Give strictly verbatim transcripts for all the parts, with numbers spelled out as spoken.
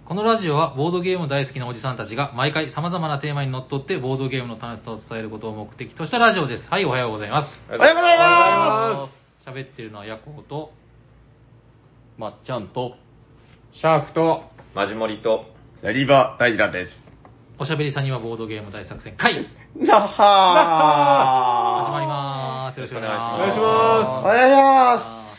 このラジオはボードゲーム大好きなおじさんたちが毎回様々なテーマにのっとってボードゲームの楽しさを伝えることを目的としたラジオです。はい、おはようございます。 おはようございます。 喋ってるのはヤコウとまっちゃんとシャークとマジモリとヤリバ大ラです。 おしゃべりさんにはボードゲーム大作戦会なはー始まりまーす。よろしくお願いします。 お願いします。 お願いします。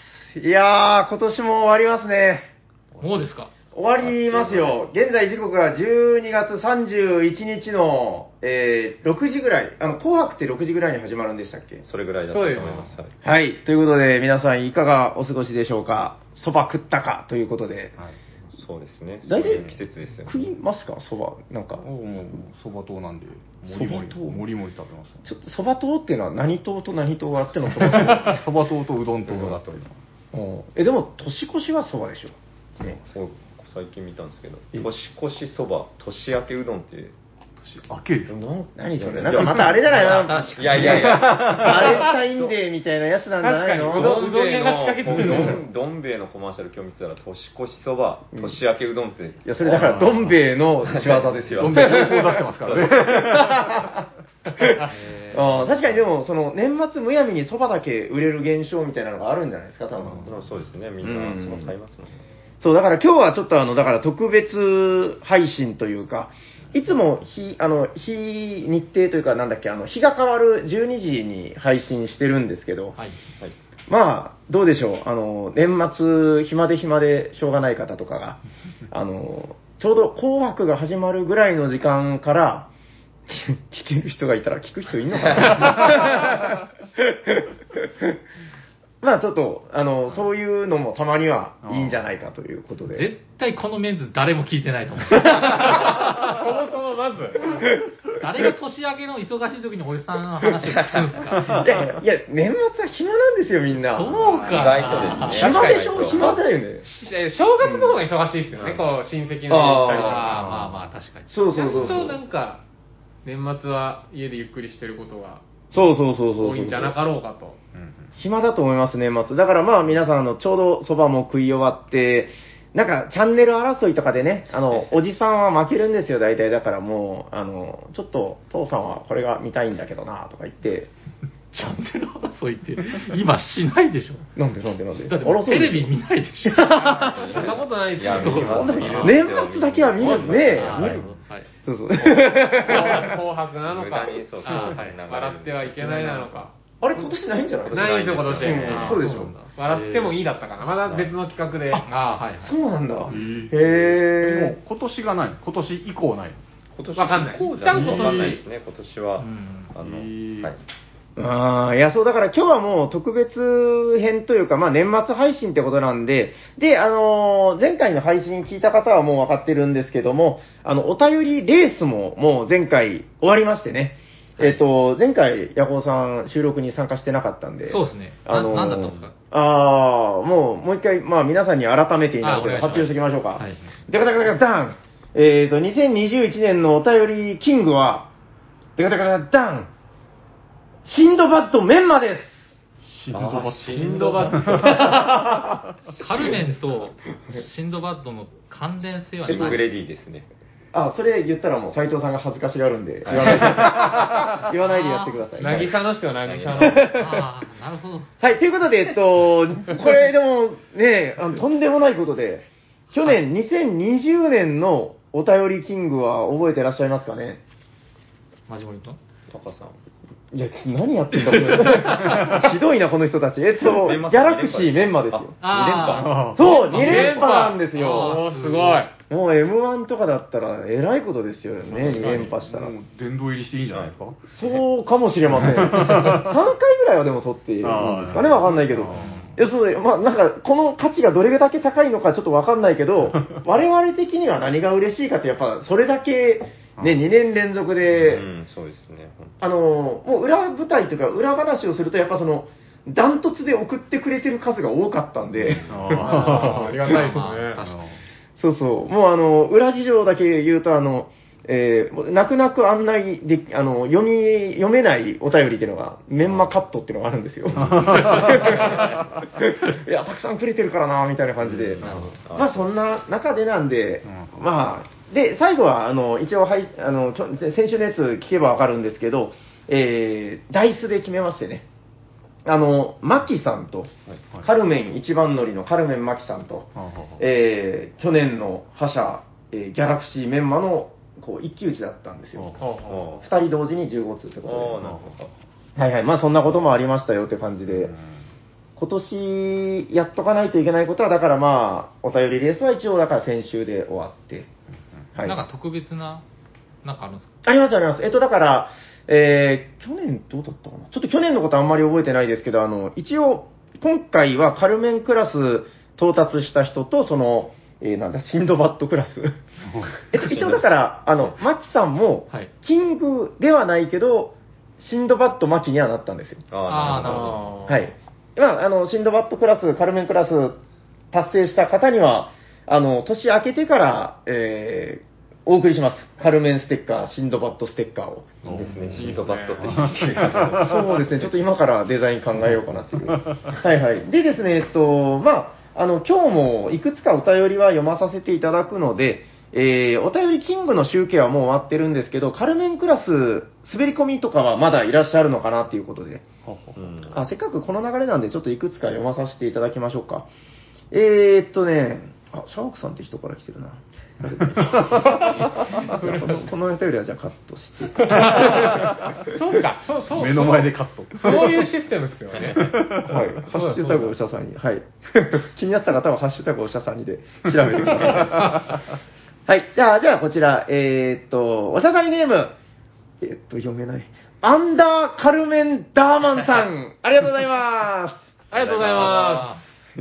いやー、今年も終わりますね。 もうですか？ 終わりますよ。現在時刻がじゅうにがつさんじゅういちにちの、えー、ろくじぐらい。あの、紅白ってろくじぐらいに始まるんでしたっけ？ それぐらいだったと思います。 はい。ということで、皆さんいかがお過ごしでしょうか？そば食ったかということで。 はい、そうですね。 大体季節ですよね。 食いますか？そば。なんか。 もうそば糖なんで、 そば糖もりもり食べます、ね。 ちょっとそば糖っていうのは何糖と何糖があってのそば糖？ そば糖とうどん糖があったり。 え、でも年越しはそばでしょ。ね。 そう。最近見たんですけど、年越しそば、年明けうどんって。 年明け何それ？なんかまたあれじゃないの？ いやいやいや。 バレンタインデーみたいなやつなんじゃないの？ 確かにうどん屋が仕掛けてくるんですよ。 どん兵衛のコマーシャル今日見てたら、年越しそば、年明けうどんって。いや、それだからどん兵衛の仕業ですよ。 どん兵衛両方出してますからね。 あ確かにでも、その年末むやみにそばだけ売れる現象みたいなのがあるんじゃないですか、多分。 そうですね、みんなそば買いますもんね。 そう、だから今日はちょっとあの、だから特別配信というか、いつも日、あの、日、日程というかなんだっけ、あの、日が変わるじゅうにじに配信してるんですけど、 はい。はい。 まあ、どうでしょう、あの、年末、暇で暇でしょうがない方とかが、あの、ちょうど紅白が始まるぐらいの時間から、聞ける人がいたら聞く人いんのかなまあちょっと、あの、そういうのもたまにはいいんじゃないかということで。 絶対このメンズ誰も聞いてないと思う。 そもそもまず誰が年明けの忙しい時におじさんの話を聞くんですか？ いやいや、年末は暇なんですよ、みんな。 そうか。 意外とですね。 暇でしょ、暇だよね。 正月の方が忙しいですよね、こう、親戚の家行ったりとか。 ああ、まあまあ、確かに。 そうそうそうそう。 ちゃんとなんか、年末は家でゆっくりしてることがそうそうそうそう。 多いんじゃなかろうかと。 暇だと思います、年末。だからまあ皆さん、あの、ちょうど蕎麦も食い終わって、なんか、チャンネル争いとかでね、あの、おじさんは負けるんですよ、大体。だからもう、あの、ちょっと、父さんはこれが見たいんだけどな、とか言って。 チャンネル争いって、今しないでしょ。 なんでなんでなんでだってもうテレビ見ないでしょ。 そんなことないですよ。 年末だけは見るね。 あー見る。 はい。 そうそう。 紅白なのか、 そうあはい笑ってはいけないなのか。 あれ、今年ないんじゃない？ ないんですよ、今年。 うんそうでしょ。 笑ってもいいだったかな。まだ別の企画で。 ああ、はい。 そうなんだ。へもえ。 う今年がない。今年以降ない。 今年わかんないこうじゃ一旦今年わかんないですね、今年は。 うんあの、 へーはい。 ああ、いや、そう、だから今日はもう特別編というか、まあ年末配信ってことなんで、で、あのー前回の配信聞いた方はもう分かってるんですけども、あの、お便りレースももう前回終わりましてね。えっ、と、前回、ヤコウさん収録に参加してなかったんで。 そうですね。 あのーななんだったんですか？ ああ、もう、もう一回、まあ皆さんに改めてになるけど、 あお願いします発表しておきましょうか。 はいでかでかでかダンえっ、と、にせんにじゅういちねんのお便りキングは、でかでかでかダンシンドバッドメンマです。 シンドバッド。 シンドバッド。 カルメンとシンドバッドの関連性はない。 チェックレディーですね。 あ、それ言ったらもう斉藤さんが恥ずかしがるんで、言わないで、言わないでやってください。 なぎさの人はなぎさの。 ああ、なるほど。 はい、ということで、えっと、これでもね、あのとんでもないことで、去年にせんにじゅうねんのお便りキングは覚えてらっしゃいますかね？ マジモリとタカさん。 いや、何やってんだ、これ。ひどいな、この人たち。えっと、ギャラクシーメンマですよ。 あそう、に連覇なんですよ。 おー、すごい。 もう エムワン とかだったら、えらいことですよね、に連覇したら。 もう殿堂入りしていいんじゃないですか。 そうかもしれません。さんかいぐらいはでも取っているんですかね、わかんないけど。いや、そうで、まあ、なんか、この価値がどれだけ高いのかちょっとわかんないけど、我々的には何が嬉しいかって、やっぱ、それだけ、ね、にねん連続で、 うん、そうですね。 あの、もう裏舞台というか、裏話をすると、やっぱその、ダントツで送ってくれてる数が多かったんで、 あーありがたいですまあね。 確かにそうそう、もうあの、裏事情だけ言うと、あの、えー、泣く泣く案内で、あの、読み、読めないお便りっていうのが、メンマカットっていうのがあるんですよ。いや、たくさんくれてるからな、みたいな感じで。まあ、そんな中でなんで、 まあ、で、最後は、あの、一応、はい、あの、ちょ先週のやつ聞けばわかるんですけど、えー、ダイスで決めましてね。あの、マキさんと、カルメン一番乗りのカルメンマキさんと、えー、去年の覇者、えー、ギャラクシーメンマの、こう、一騎打ちだったんですよ。二人同時にじゅうご通ってことで。はいはい。まあ、そんなこともありましたよって感じで。今年やっとかないといけないことは、だからまあ、お便りレースは一応、だから先週で終わって。 はい。なんか特別な、なんかあるんですか？ ありますあります。えっと、だから、えー、去年どうだったかな、ちょっと去年のことあんまり覚えてないですけど、あの、一応、今回はカルメンクラス到達した人と、その、えー、なんだ、シンドバッドクラス。えっと、一応だから、あの、マキさんも、キングではないけど、シンドバッドマキにはなったんですよ。 ああ、なるほど。はい。まあ、あの、シンドバッドクラス、カルメンクラス達成した方には、あの、年明けてから、えー、お送りします。カルメンステッカー、シンドバッドステッカーを。 いいですね、シンドバッドってそうですね、ちょっと今からデザイン考えようかなっていう。はいはい。でですね、えっと、まあ、あの、今日もいくつかお便りは読まさせていただくので、えー、お便りキングの集計はもう終わってるんですけど、カルメンクラス、滑り込みとかはまだいらっしゃるのかなっていうことで。うん、あ、せっかくこの流れなんで、ちょっといくつか読まさせていただきましょうか。えーっとね、あ、シャークさんって人から来てるな。このこのお便りはじゃあカットして。 そうか、そうそう。 目の前でカット。 そういうシステムですよね。 はい。ハッシュタグおしゃさんに。はい。気になった方はハッシュタグおしゃさんにで調べてください。はい。じゃあ、じゃあこちら、えー、っと、おしゃさんにネーム、えー、っと、読めない。アンダーカルメンダーマンさん、ありがとうございます。 ありがとうございます。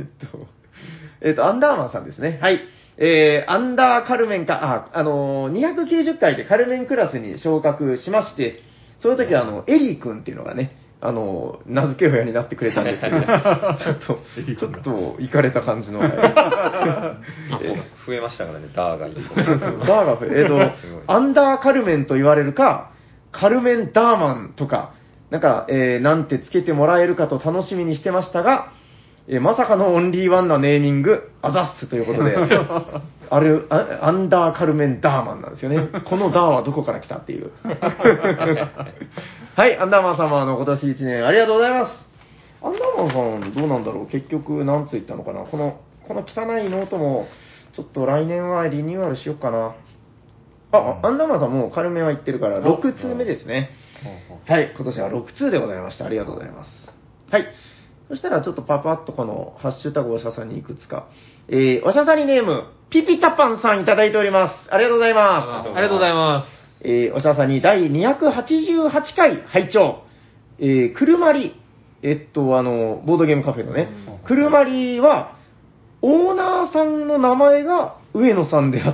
えっと、えっと、アンダーマンさんですね。はい。えー、アンダーカルメンか、あ、あのー、にひゃくきゅうじゅっかいでカルメンクラスに昇格しまして、その時は、あの、エリー君っていうのがね、あのー、名付け親になってくれたんですけど、ちょっと、ちょっと、いかれた感じの。 増えましたからね、ダーが。 そうそう、ダーが増え、えっと、アンダーカルメンと言われるか、カルメンダーマンとか、なんか、えー、なんてつけてもらえるかと楽しみにしてましたが、えー、まさかのオンリーワンなネーミング、アザッスということで、あれあ、アンダーカルメンダーマンなんですよね。このダーはどこから来たっていう。はい、アンダーマン様の今年いちねんありがとうございます。アンダーマンさん、どうなんだろう、結局、なんつ言ったのかな。この、この汚いノートも、ちょっと来年はリニューアルしようかな。あ、アンダーマンさんもうカルメンは言ってるから、ろく通目ですね。はい、今年はろく通でございました。ありがとうございます。はい。そしたらちょっとパパッとこのハッシュタグおしゃさんにいくつか。えー、おしゃさんにネーム、ピピタパンさんいただいております。ありがとうございます。 ありがとうございます。 えー、おしゃさんにだいにひゃくはちじゅうはちかい拝聴。えー、くるまり、えっと、あの、ボードゲームカフェのね、くるまりは、オーナーさんの名前が上野さんであって、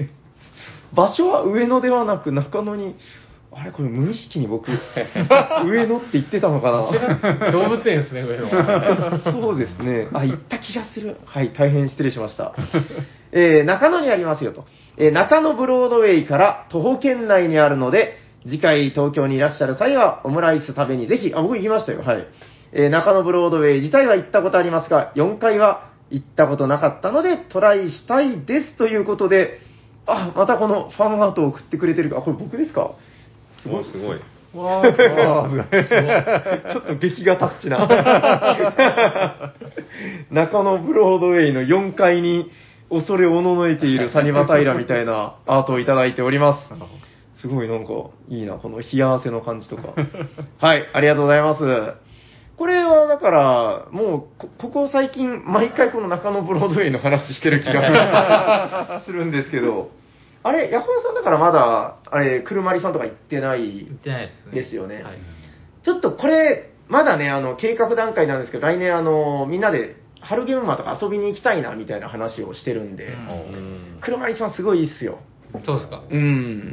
場所は上野ではなく中野に、あれこれ無意識に僕、上野って言ってたのかな。 動物園ですね、上野は。 そうですね。あ、行った気がする。はい、大変失礼しました。えー、中野にありますよと。えー、中野ブロードウェイから徒歩圏内にあるので、次回東京にいらっしゃる際はオムライス食べにぜひ、あ、僕行きましたよ。はい。えー、中野ブロードウェイ自体は行ったことありますが、よんかいは行ったことなかったのでトライしたいですということで、あ、またこのファンアートを送ってくれてるか。あ、これ僕ですか？ すごいすごい。 わー、すごい。ちょっと劇画タッチな。中野ブロードウェイのよんかいに恐れおののえているサニバタイラみたいなアートをいただいております。すごいなんかいいな、この冷や汗の感じとか。はい、ありがとうございます。これはだから、もうこ、ここ最近毎回この中野ブロードウェイの話してる気がするんですけど、あれ、ヤホーさんだからまだ、あれ、くるまりさんとか行ってない行ってないですね。 ですよね。 はい、 ちょっとこれ、まだね、あの、計画段階なんですけど、来年あの、みんなで春ゲームマとか遊びに行きたいな、みたいな話をしてるんで、くるまりさんすごいいいっすよ。 そうですか。 うん。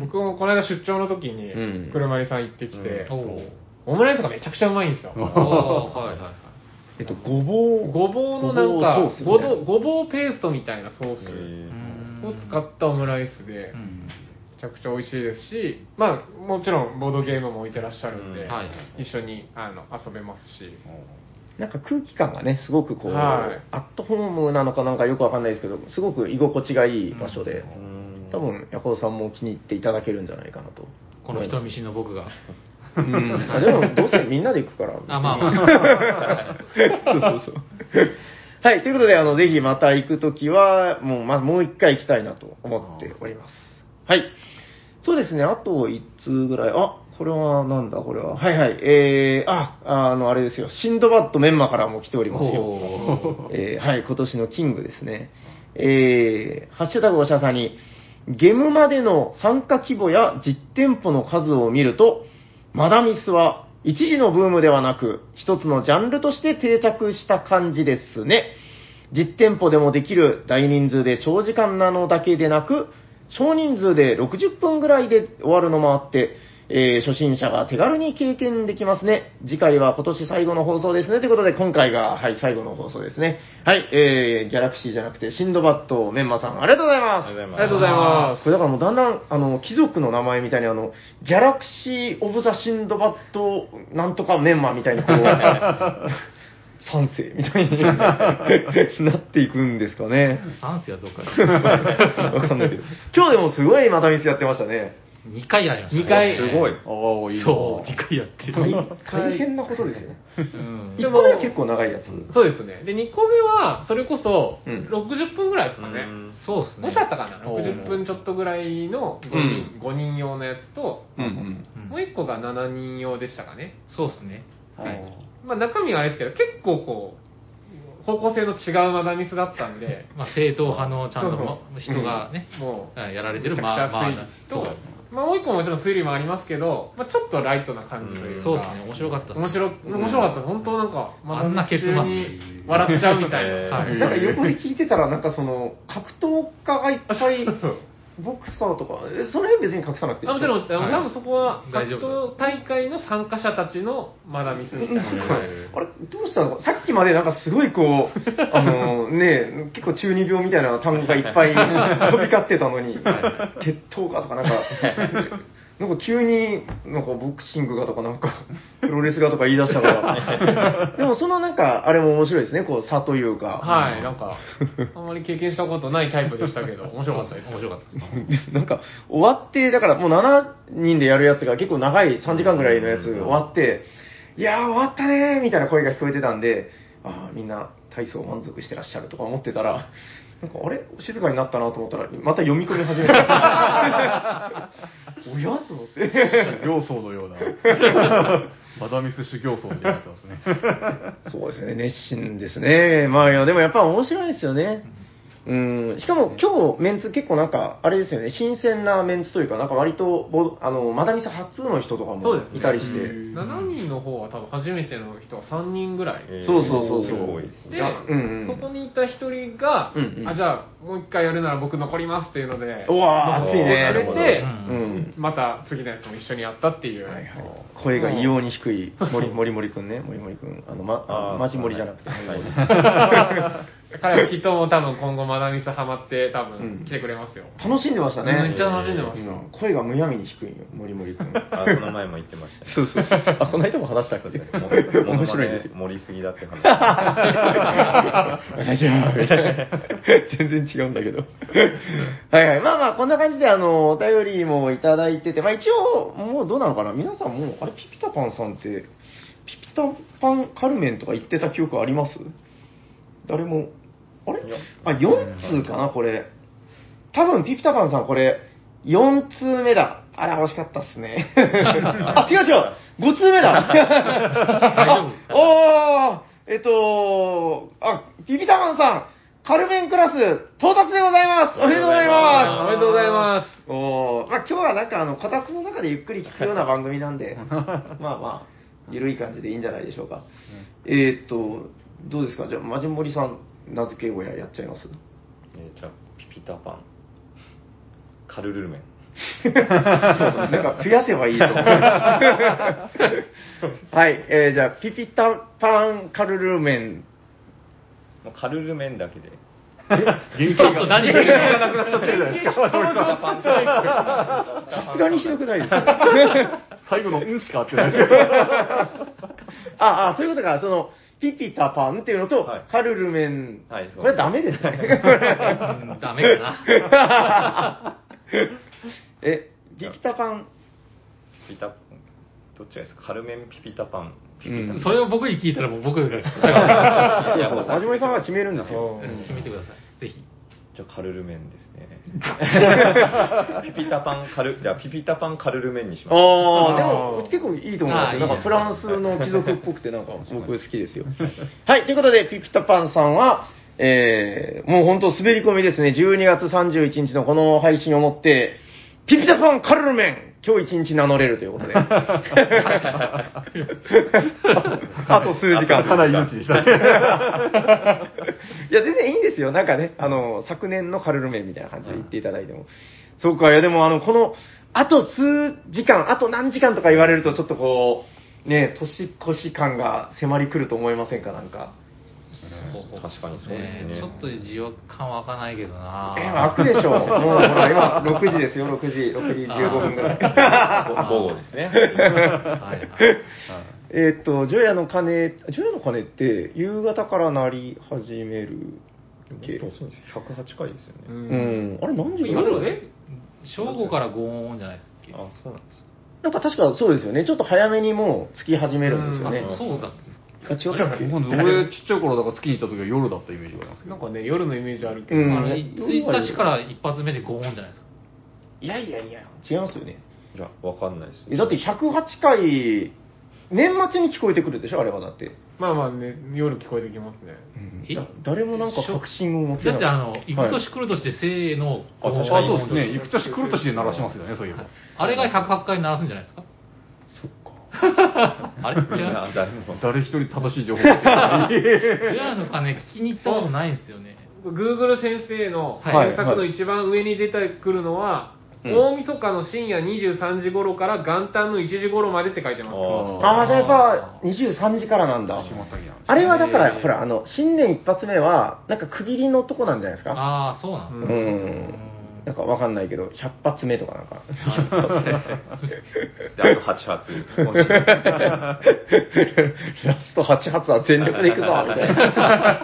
僕もこの間出張の時にうん、 くるまりさん行ってきて、 うん、 オムライスがめちゃくちゃうまいんですよ。 おー、はいはいはい。 えっと、ごぼう。 ごぼうのなんか、 ごぼうソースみたいなごぼうペーストみたいなソースを使ったオムライスで、めちゃくちゃ美味しいですし、まあ、もちろんボードゲームも置いてらっしゃるんで、 うんはい、 一緒にあの遊べますし。 なんか空気感がね、すごくこう、 はい、 アットホームなのかなんかよくわかんないですけど、すごく居心地がいい場所で。 多分、ヤコウさんも気に入っていただけるんじゃないかなと。 この人見知りの僕が。 うん。あでも、どうせみんなで行くから。 あ、まあまあ。 そうそうそう。はい、ということで、あの、ぜひまた行くときは、もう、まあ、もう一回行きたいなと思っております。はい。そうですね、あと一通ぐらい。あ、これはなんだ、これは。はいはい。えー、あ、あの、あれですよ。シンドバッドメンマからも来ておりますよ。えー、はい、今年のキングですね。えー、ハッシュタグおしゃさに、ゲームまでの参加規模や実店舗の数を見ると、マダミスは一時のブームではなく、一つのジャンルとして定着した感じですね。実店舗でもできる大人数で長時間なのだけでなく、少人数でろくじゅっぷんぐらいで終わるのもあって、えー、初心者が手軽に経験できますね。次回は今年最後の放送ですね。ということで、今回が、はい、最後の放送ですね。はい、えー、ギャラクシーじゃなくて、シンドバッドメンマさん、ありがとうございます。 ありがとうございます。 ありがとうございます。 これだからもうだんだん、あの、貴族の名前みたいに、あの、ギャラクシー・オブ・ザ・シンドバッド、なんとかメンマみたいに、こう、三世みたいになっていくんですかね。 三世はどっかわかんないけど。今日でもすごいマダミスやってましたね。 にかいやりましたね。 にかいすごい。 おー、いいなそう、にかいやってる。 大大変なことですよ。 うんいっこめは結構長いやつ。 そうですね。で、にこめは、それこそうん、 ろくじゅっぷんぐらいですかね。 うんそうですね。 もしあったかな ?ろくじゅっぷんちょっとぐらいのごにん、 うんごにん用のやつと、 うんうん。 うんもういっこがしちにん用でしたかね。 そうですね。はい。 まあ中身はあれですけど、結構こう、方向性の違うマダミスだったんで、 まあ、正統派のちゃんとそうもそう人がね、 もう、 はいやられてる、 めちゃくまあ、まあちゃ推理、 そうと、まあもう一個もちろん推理もありますけど、まあちょっとライトな感じというか、 そうですね、面白かったです。 面白、面白かったです。本当なんか、 あんな結末中に笑っちゃうみたいな。 えーはいなんか横で聞いてたら、なんかその、格闘家がいっぱい、ボクサーとか、えその辺別に隠さなくていいあもちろん、あのはい多分そこは格大丈夫闘大会の参加者たちのマダミスみたいな。 なんか、あれ、どうしたのさっきまでなんかすごいこう、あのね、結構中二病みたいな単語がいっぱい飛び交ってたのに、決闘家とかなんか、なんか急になんかボクシングがとかなんか、プロレスがとか言い出したから、でもそのなんか、あれも面白いですね、こう差というか。 はい、なんか、あんまり経験したことないタイプでしたけど、面白かったです。 面白かったです。 なんか、終わって、だからもうしちにんでやるやつが結構長いさんじかんぐらいのやつ終わって、いやー終わったねーみたいな声が聞こえてたんで、ああ、みんな体操満足してらっしゃるとか思ってたら、なんかあれ静かになったなと思ったら、また読み込み始めた。おやと思って。 修行僧のような。マダミス修行僧みたいになってますね。 そうですね、熱心ですね。まあいや、でもやっぱ面白いですよね。うん、しかも今日メンツ結構なんか、あれですよね、新鮮なメンツというか、なんか割とボ、あの、マダミス初の人とかもそうですねいたりして。 しちにんの方は多分初めての人はさんにんぐらい。 えーそうそうそうそうすごいですで、 ね。 うんうんそこにいた一人が、 うんうんあ、じゃあもう一回やるなら僕残りますっていうので、 うわー、熱いね。 残れて、 ううんん。 また次のやつも一緒にやったっていう。 はいはい、声が異様に低い、森森森くんね、森森くん。あの、ま、 あーマジ森じゃなくて、 はい森森彼はきっともう多分今後マダミスハマって多うん分来てくれますよ。 楽しんでましたね。 めっちゃ楽しんでました。 うん声がむやみに低いよ、森森くん。 あ、この前も言ってましたね。 そうそうそう。あ、この間も話したっけも面白いんですよ。 盛りすぎだって話。 大丈夫みたいな全然違うんだけど。はいはい。まあまあ、こんな感じで、あの、お便りもいただいてて、まあ一応、もうどうなのかな皆さんもう、あれ、ピピタパンさんって、ピピタパンカルメンとか言ってた記憶あります誰も、あれいやあ、よん通かなこれ。多分、ピピタパンさんこれ、よん通目だ。あら、惜しかったっすね。あ、違う違う !ご 通目だあおーえっと、あ、ピピタパンさん、カルメンクラス、到達でございますおめでとうございますおめでとうございますおーまあ今日はなんかあの、こたつの中でゆっくり聞くような番組なんで、まあまあ、ゆるい感じでいいんじゃないでしょうか。えーっと、どうですかじゃあ、マジモリさん、名付け親やっちゃいますえーじゃあ、ピピタパン。カルルルメン。 なんか増やせばいいと思う。はい、えー、じゃあ、ピピタパンカルルメン。 もうカルルメンだけで。 ちょっと何言ってるがなくなっちゃってるじゃないですか。 さすがにひどくないですか最後のうんしか合ってないですよ。 ああ、そういうことか、その、ピピタパンっていうのと、 はいカルルメン、 はいそうこれダメですね。 うんダメかな。 え、ピピタパン。 ピピタ、どっちがいいですか？カルメンピピタパン。ピピタうんそれを僕に聞いたらもう僕がそうそう、マジモリさんが決めるんですよ。 うん決めてください。ぜひ。 じゃあカルルメンですね。ピピタパンカル、じゃあピピタパンカルルメンにします。 ああ、でも結構いいと思いますよ。なんかあーいいですフランスの貴族っぽくてなんか僕好きですよ。はい、ということで、ピピタパンさんは、えー、もう本当滑り込みですね。じゅうにがつさんじゅういちにちのこの配信をもって、ピピタパンカルルメン今日一日名乗れるということで。あと数時間。 かなり命でしたね。 いや、全然いいんですよ。なんかね、あの、昨年のカルルメンみたいな感じで言っていただいても。そうか、いやでもあの、この、あと数時間、あと何時間とか言われると、ちょっとこう、ね、年越し感が迫り来ると思いませんか、なんか。 確かにそうですね。 ちょっと需要感湧かないけどなえ、湧くでしょう。もうほら、今、ろくじですよ、ろくじ、ろくじじゅうごふんぐらい。 午後ですね。 はいはい。 えーっと、除夜の鐘、除夜の鐘って夕方から鳴り始めるっけ？ ひゃくはちかいですようね。 うんん。あれ何時今頃のえ正午からご音じゃないですっけ？ あ、そうなんです。 なんか確かそうですよね。ちょっと早めにもうつき始めるんですよね。 あそうだったんですか？ あ、違ったっけ？ 俺、ちっちゃい頃だから月に行った時は夜だったイメージがありますけど。 なんかね、夜のイメージあるけど、 うんあのいついたちから一発目でご音じゃないですか？ いやいやいや、違いますよね。 いや、わかんないです。 えだってひゃくはちかい、年末に聞こえてくるでしょ、あれはだって。 まあまあね、夜聞こえてきますね。 えだ誰もなんか確信を持ってない。 だってあの、行く年来る年でせーの、 あ確あ、そうですね。行く年来る年で鳴らしますよね、そういえば。 あれがひゃくはちかい鳴らすんじゃないですか？ そっか。 あれ違う。 な誰も。 誰一人正しい情報がない。 ジュアの鐘聞きに行ったことないんですよね。 Google 先生のはい検索の一番上に出てくるのは、 うん大晦日の深夜にじゅうさんじ頃から元旦のいちじ頃までって書いてます。 ああ、じゃあやっぱにじゅうさんじからなんだ。 決まった日なんですねあれはだから、 へーほら、あの、新年一発目は、なんか区切りのとこなんじゃないですか。 ああ、そうなんですうね。 ん。なんかわかんないけど、ひゃく発目とかなんか。 で、あとはち発。今週ラストはち発は全力でいくぞみたいな。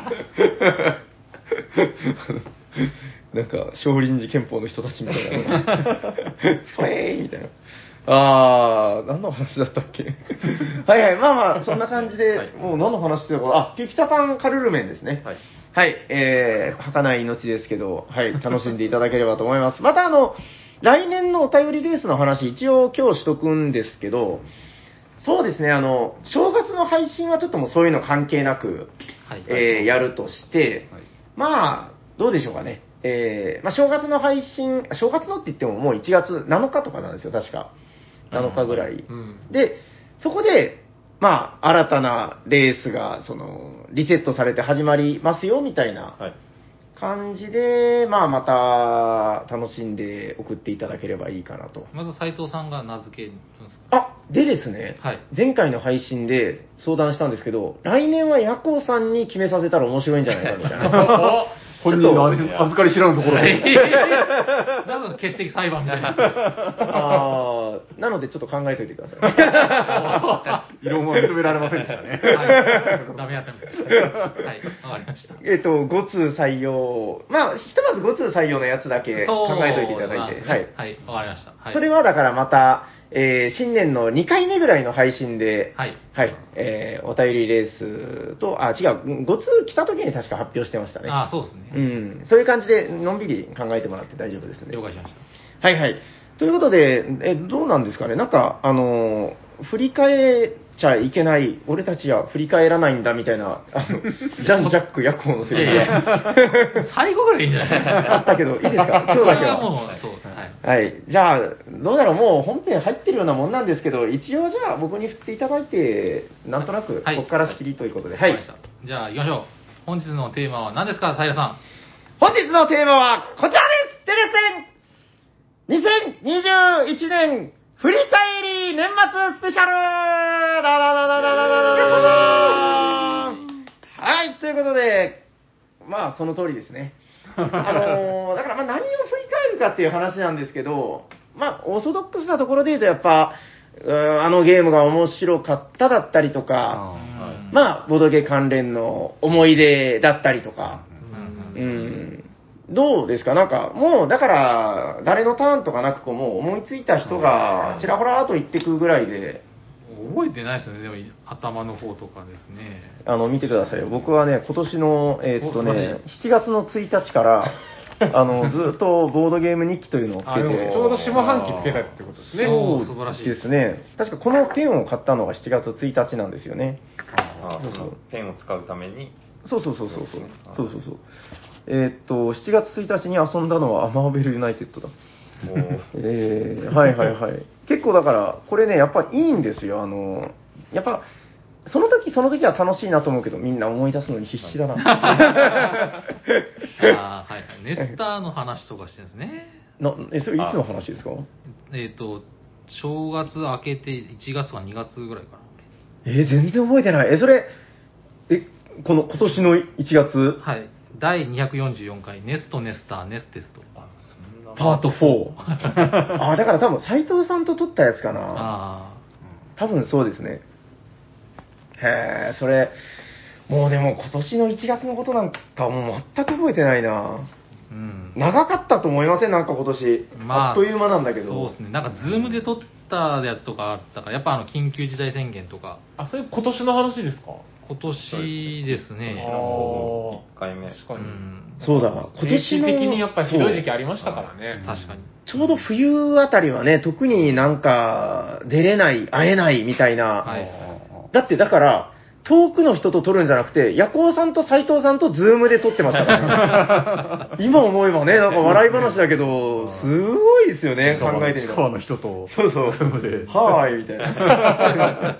なんか、少林寺拳法の人たちみたいな。それーみたいな。あー、何の話だったっけはいはい、まあまあ、そんな感じで、 はいもう何の話っていうか、あ、ピピタパンカルルメンですね。 はい。 はい、えー、儚い命ですけど、はい、楽しんでいただければと思います。またあの、来年のお便りレースの話、一応今日しとくんですけど、そうですね、あの、正月の配信はちょっともうそういうの関係なく、 はい。 えーやるとして、 はいまあ、どうでしょうかね。えーまあ、正月の配信、正月のって言ってももういちがつなのかとかなんですよ、確か。なのかぐらい。 うんで、そこで、まあ、新たなレースが、その、リセットされて始まりますよ、みたいなはい。 感じで、まあ、また、楽しんで送っていただければいいかなと。 まず斉藤さんが名付けるんですか？ あ、でですね、 はい前回の配信で相談したんですけど、来年はヤコウさんに決めさせたら面白いんじゃないかみたいな。 本人の預預かり知らぬところで。 なんか欠席裁判みたいな。 あーなのでちょっと考えておいてください。 異論は認められませんでしたね。 はい。ダメやったみたいです。はい。わかりました。 えっと、ご通採用、まあ、ひとまずご通採用のやつだけ考えておいていただいて、 そうはい。 はい。わかりました。はい。 それはだからまた、えー新年のにかいめぐらいの配信で、 はい。 はい、えーお便りレースと、あ、違う、ご通来た時に確か発表してましたね。 ああ、そうですうね。 ん、そういう感じで、のんびり考えてもらって大丈夫ですね。 了解しましはいはい。ということで、え、どうなんですかね、なんか、あのー振り返っちゃいけない、俺たちは振り返らないんだみたいな、あの、ジャン・ジャック・ヤコウのセリフいやいがた。最後ぐらいいいんじゃないですか。 あったけど、いいですか、今日そだけれはもうは。、 そうです。はい。 はい。じゃあ、どうだろう、もう本編入ってるようなもんなんですけど、一応じゃあ僕に振っていただいて、なんとなく、 はいここから仕切りということで。はいわかりまし。た。じゃあ、行きましょう。本日のテーマは何ですか、平さん。 本日のテーマはこちらですテレセンにせんにじゅういちねん振り返り年末スペシャルだだだだだだだだだだはい、ということで、まあその通りですね。あのーだからまあ何を振り返るかっていう話なんですけど、まあオーソドックスなところで言うとやっぱ、うーんあのゲームが面白かっただったりとか、まあボードゲー関連の思い出だったりとか、 うんうんどうですかなんか、もう、だから、誰のターンとかなく、こう、もう思いついた人が、ちらほらーと言ってくぐらいで、 覚えてないですよね、でも頭の方とかですね。 あの、見てくださいよ。僕はね、今年の、えーっとおね、しちがつのついたちから、あの、ずっとボードゲーム日記というのをつあ、 けて、 でもちょうど下半期つけたってことですね。 そう素晴らしいですね。確かこのペンを買ったのがしちがつついたちなんですよね。 あそうそうペンを使うために。 そうそうそうそうそうそうですね。 そうそうそう。えーっと、しちがつついたちに遊んだのはアマーベルユナイテッドだ。 おーえー、はいはいはい。結構だから、これね、やっぱいいんですよ。あの、やっぱ、その時その時は楽しいなと思うけど、みんな思い出すのに必死だな。 ああ、はいはい。ネスターの話とかしてるんですね。 なえ、それいつの話ですか？ えっ、と、正月明けていちがつかにがつぐらいかな。 えー全然覚えてない。え、それ、え、この今年のいちがつ、 はい。だいにひゃくよんじゅうよんかい、ネストネスターネステスト。 あ、そんな。 パートフォー。あ、だから多分斉藤さんと撮ったやつかな。 あ多分そうですね。へえ、それ、もうでも今年のいちがつのことなんかもう全く覚えてないな。 あ。うん。 長かったと思いませんなんか今年。あっという間なんだけど。 そうですね。なんか、ズームで撮ったやつとかあったから、やっぱあの、緊急事態宣言とか、 あ、それ今年の話ですか？ 今年ですね。 あーいっかいめ。 確かに。 うん。 そうだ、今定年の。 期的にやっぱりひどい時期ありましたからね。 確かに。 ちょうど冬あたりはね、特になんか出れない、会えないみたいな。 はい。 だってだから、遠くの人と撮るんじゃなくて、ヤコウさんと斉藤さんとズームで撮ってましたからね。今思えばね、なんか笑い話だけど、すごいですよね、考えてみたら。 近場の人と、 そうそう。 ズームではーい、みたいな。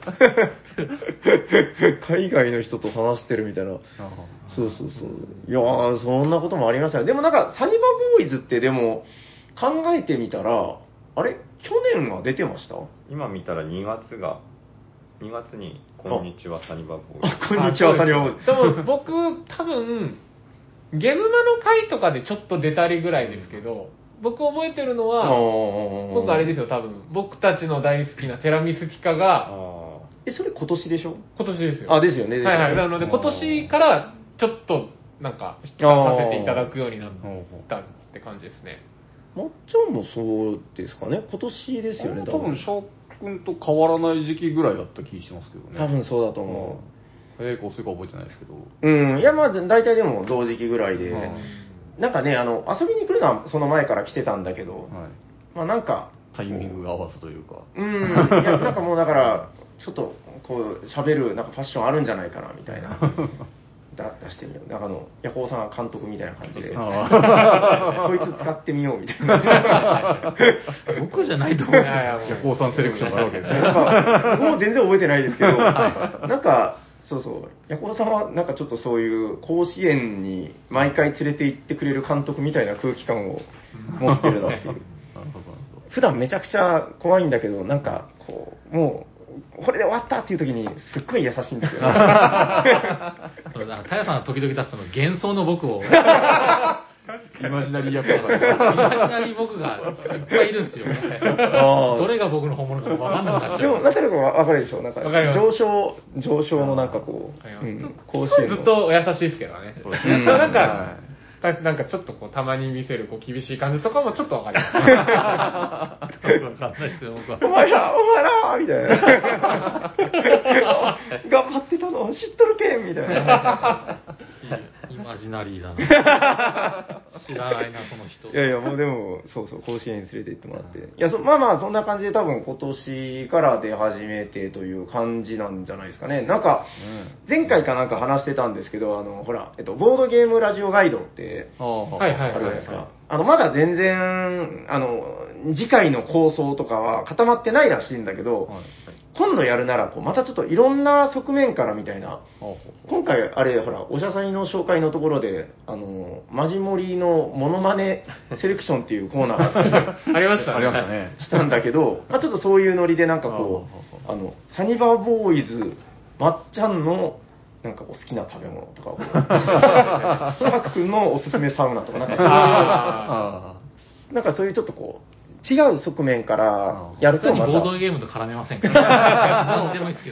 海外の人と話してるみたいな。そうそうそう。いやー、そんなこともありましたよ。でもなんか、サニバボーイズってでも、考えてみたら、あれ去年は出てました今見たらにがつが、にがつに、こんにちはサニバボーイズ。 あ、こんにちは、サニバボーイズ。 でも僕、多分、ゲームマの回とかでちょっと出たりぐらいですけど、僕覚えてるのは、僕あれですよ、多分、僕たちの大好きなテラミスティカが、 あえ、それ今年でしょ今年ですよ。 あ、ですよね。ですよねはいはい。なので、今年から、ちょっと、なんか、引き出させていただくようになったって感じですね。 まっちゃんもそうですかね。今年ですよね、 多分、翔くんと変わらない時期ぐらいだった気しますけどね。 多分そうだと思う。ええ、こうするか覚えてないですけど。 う。うん。いや、まあ、大体でも同時期ぐらいで。 うんなんかね、あの、遊びに来るのはその前から来てたんだけど、 はい。 まあなんか、 タイミングが合わずというか。 うん、いや、なんかもうだから、ちょっと、こう、喋る、なんかファッションあるんじゃないかな、みたいな。だ出してみよう。なんかあの、ヤホーさんが監督みたいな感じで、 あこいつ使ってみよう、みたいな。 僕じゃないと思う。 いやいやもうヤコウさんセレクションがあるわけですね。 なんか僕も全然覚えてないですけど、なんか、そうそう、ヤコウさんはなんかちょっとそういう甲子園に毎回連れて行ってくれる監督みたいな空気感を持ってるなっていう。 なるほど、なるほ普段めちゃくちゃ怖いんだけど、なんかこう、もう、これで終わったっていう時にすっごい優しいんですよ、ね。 それだから、タヤさんが時々出すその幻想の僕を、イど。イマジナリーヤコウさんが。 マジナリー僕がいっぱいいるんですよ。 あーどれが僕の本物か分かんなくなっちでも、 ゃう。 ナタル君は分かるでしょなんかわかります上昇、上昇のなんかこう、 わかりますうん、甲子園の。 ずっとお優しいですけどね。 そうですねなんかは、 たなんかちょっとこう、たまに見せるこう厳しい感じとかもちょっとわかります。 分かんないですよ、僕は。 お前ら、お前らみたいな。頑張ってたの知っとるけんみたいな。 イマジナリーだな。知らないな、この人。 いやいや、もうでも、そうそう、甲子園に連れて行ってもらって。いや、そまあまあ、そんな感じで多分今年から出始めてという感じなんじゃないですかね。なんか、前回かなんか話してたんですけど、あの、ほら、えっと、ボードゲームラジオガイドって、 ああ、 はいはいあるじゃないですか。あの、まだ全然、あの、次回の構想とかは固まってないらしいんだけど、 はい。 今度やるなら、こう、またちょっといろんな側面からみたいな、 ほ今回、あれ、ほら、おしゃさんの紹介のところで、あの、マジモリのモノマネセレクションっていうコーナーがあったりありましたね。 ありましたね。 したんだけど、まあ、ちょっとそういうノリでなんかこう、あの、サニバーボーイズ、まっちゃんの、なんかこう好きな食べ物とかを、スラク君のおすすめサウナとか、なんかそういう、 あなんかそういうちょっとこう、違う側面からやるとま普通にボードた、 ゲームと絡めませんから。何でもいいですけど。 好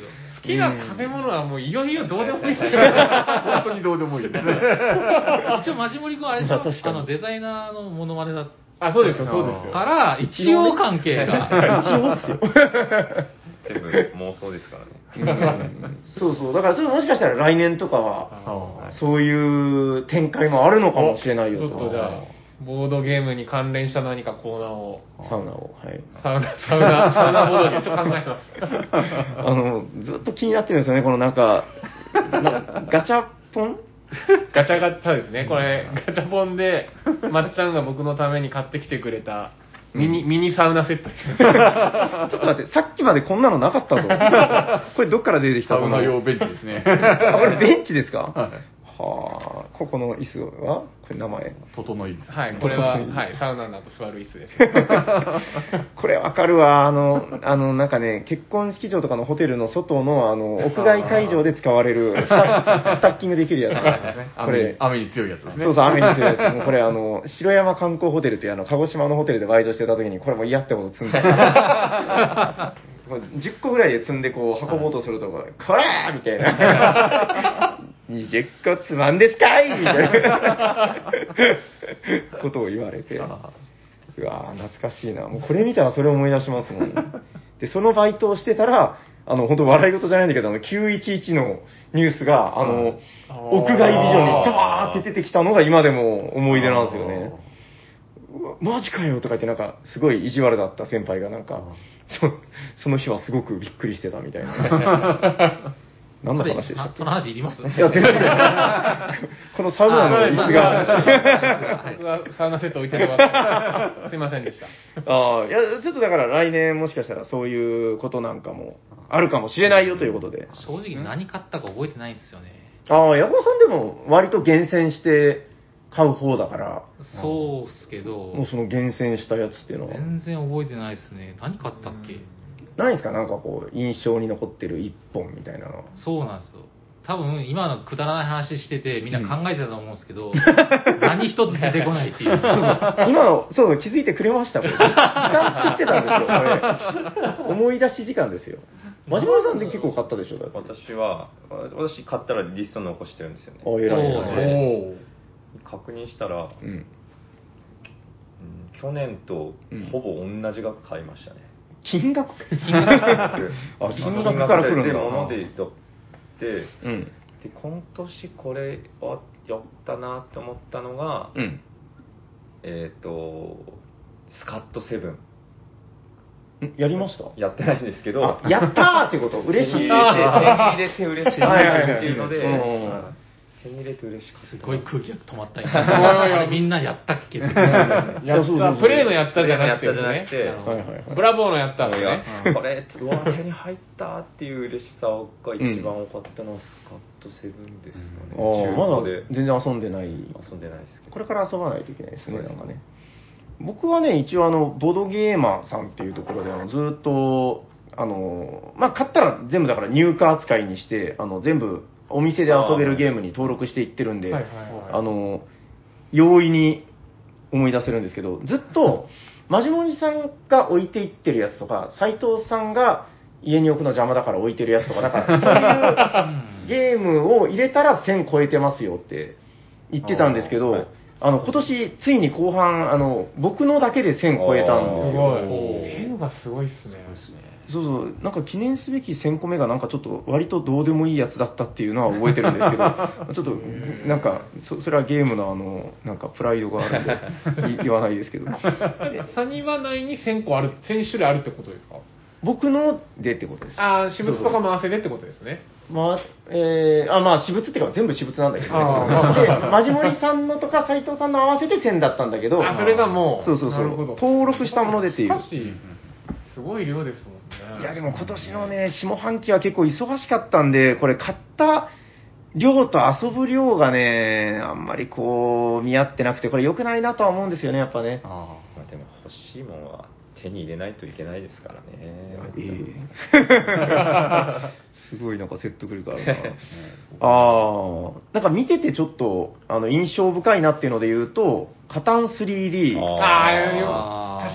きな食べ物はもういよいよどうでもいいですよ。 本当にどうでもいい。 一応、マジモリ君はあれでしょ、 まあ確かにあの、デザイナーのモノマネだっあ、そうですよ、そうですよ。 たら、一応関係が。 一応っすよ。 全部妄想ですからね。 そうそう。だからちょっともしかしたら来年とかは、 あそういう展開もあるのかもしれないよちょっとじゃあ、ボードゲームに関連した何かコーナーを。 サウナを。はい。 サウナ、サウナ、サウナボードゲーム、ちょっと考えます。 あの、ずっと気になってるんですよね、このなんか、なガチャポンガチャガチャですね。これ、ガチャポンで、まっちゃんが僕のために買ってきてくれた、ミニ、ミニサウナセットです。 ちょっと待って、さっきまでこんなのなかったぞ。これどっから出てきたサウナ用こベンチですね。 のあ、これベンチですかはい。 はあ、ここの椅子はこれ名前。 整いです。 はい、これは、 整いはい、サウナの後座る椅子です。 これわかるわ。あの、あの、なんかね、結婚式場とかのホテルの外の、あの、屋外会場で使われる、スタスタッキングできるやつ。こ雨にれ、 雨に強いやつですね。 そうそう、雨に強いやつ。もうこれ、あの、城山観光ホテルっていう、あの、鹿児島のホテルでバイトしてた時に、これもう嫌ってこと積んだ。もうじゅっこぐらいで積んで、こう、運ぼうとすると、こらーみたいな。にじゅっこつまんですかいみたいなことを言われて。うわー懐かしいな。もうこれ見たらそれを思い出しますもん。で、そのバイトをしてたら、あの、本当笑い事じゃないんだけど、あの、きゅういちいちのニュースが、あの、屋外ビジョンにドワーって出てきたのが今でも思い出なんですよね。うわマジかよとか言ってなんか、すごい意地悪だった先輩がなんか、ちょその日はすごくびっくりしてたみたいな。何の話でしたっけそれその話いりますいや、全然。このサウナの椅子が。 僕はサウナセット置いてるわけすいませんでした。 ああ、いや、ちょっとだから来年もしかしたらそういうことなんかもあるかもしれないよということで。 正直何買ったか覚えてないんですよね。 ああ、ヤコウさんでも割と厳選して買う方だから、 そうっすけど、 もうその厳選したやつっていうのは。 全然覚えてないですね。何買ったっけ？ ないですかなんかこう、印象に残ってる一本みたいなの。 そうなんですよ。多分今のくだらない話しててみんな考えてたと思うんですけど、何一つ出てこないっていう。 今の、そうそう、気づいてくれました。これ時間作ってたんですよ、これ。思い出し時間ですよ。マジモリさんって結構買ったでしょだって。 私は、私買ったらリスト残してるんですよね。 あ、偉いおーそれ偉い。 おー。 確認したら、 うん。 うん去年とほぼ同じ額買いましたね。 金額金額あ、金額から来るんだ。 で、物で取って、 うん。 で、今年これはやったなって思ったのが、 うん。 えっ、と、スカットセブン。 んやりましたやってないんですけど、 あ、やったーってこと嬉しい。 手に入れて嬉しいはいはいはいっていうので、 うんはい手に入れて嬉しかった。 すごい空気が止まったいやいや今。みんなやったっけ？ やった、プレイのやったじゃなくてですね。 やったじゃなくて、 はいはいはい。 ブラボーのやったのいやね。 これ、うわ、手に入ったっていう嬉しさが一番多かったのはスカットセブンですかね。 ああ、まだ中古で全然遊んでない。 遊んでないですけど。 これから遊ばないといけないですね、 そうですねなんかね。僕はね、一応あの、ボードゲーマーさんっていうところで、あのずーっと、あの、まあ、買ったら全部だから入荷扱いにして、あの、全部お店で遊べるゲームに登録していってるんで、 はいはいはいあの、容易に思い出せるんですけど、ずっと、マジモリさんが置いていってるやつとか、斉藤さんが家に置くの邪魔だから置いてるやつとか、なんかそういうゲームを入れたらせん超えてますよって言ってたんですけど、 あーはいあの、今年、ついに後半、あの、僕のだけでせん超えたんですすよ。 ごい。っていうのがすごいっすね。 そうそう、なんか記念すべきせんこめがなんかちょっと割とどうでもいいやつだったっていうのは覚えてるんですけど、ちょっとなんかそ、それはゲームのあの、なんかプライドがあるんでい言わないですけど、 サニバ内にせんこある、せん種類あるってことですか？ 僕のでってことです。 ああ、私物とか回せでってことですね。 まあ、えー、あ、まあ私物っていうか全部私物なんだけどね。 あーで、マジモリさんのとか斉藤さんの合わせてせんだったんだけど、 あ、それがもう、 そうそうそうなるほど、 登録したものでっていうしかし、すごい量ですもんね。 いやでも今年のね、下半期は結構忙しかったんで、これ買った量と遊ぶ量がね、あんまりこう、見合ってなくて、これ良くないなとは思うんですよね、やっぱね。 あまあ、でも欲しいものは手に入れないといけないですからね。 ええすごいなんか説得力あるな。ああ、なんか見ててちょっと、あの、印象深いなっていうので言うと、カタン スリーディー。 あああ、よあー確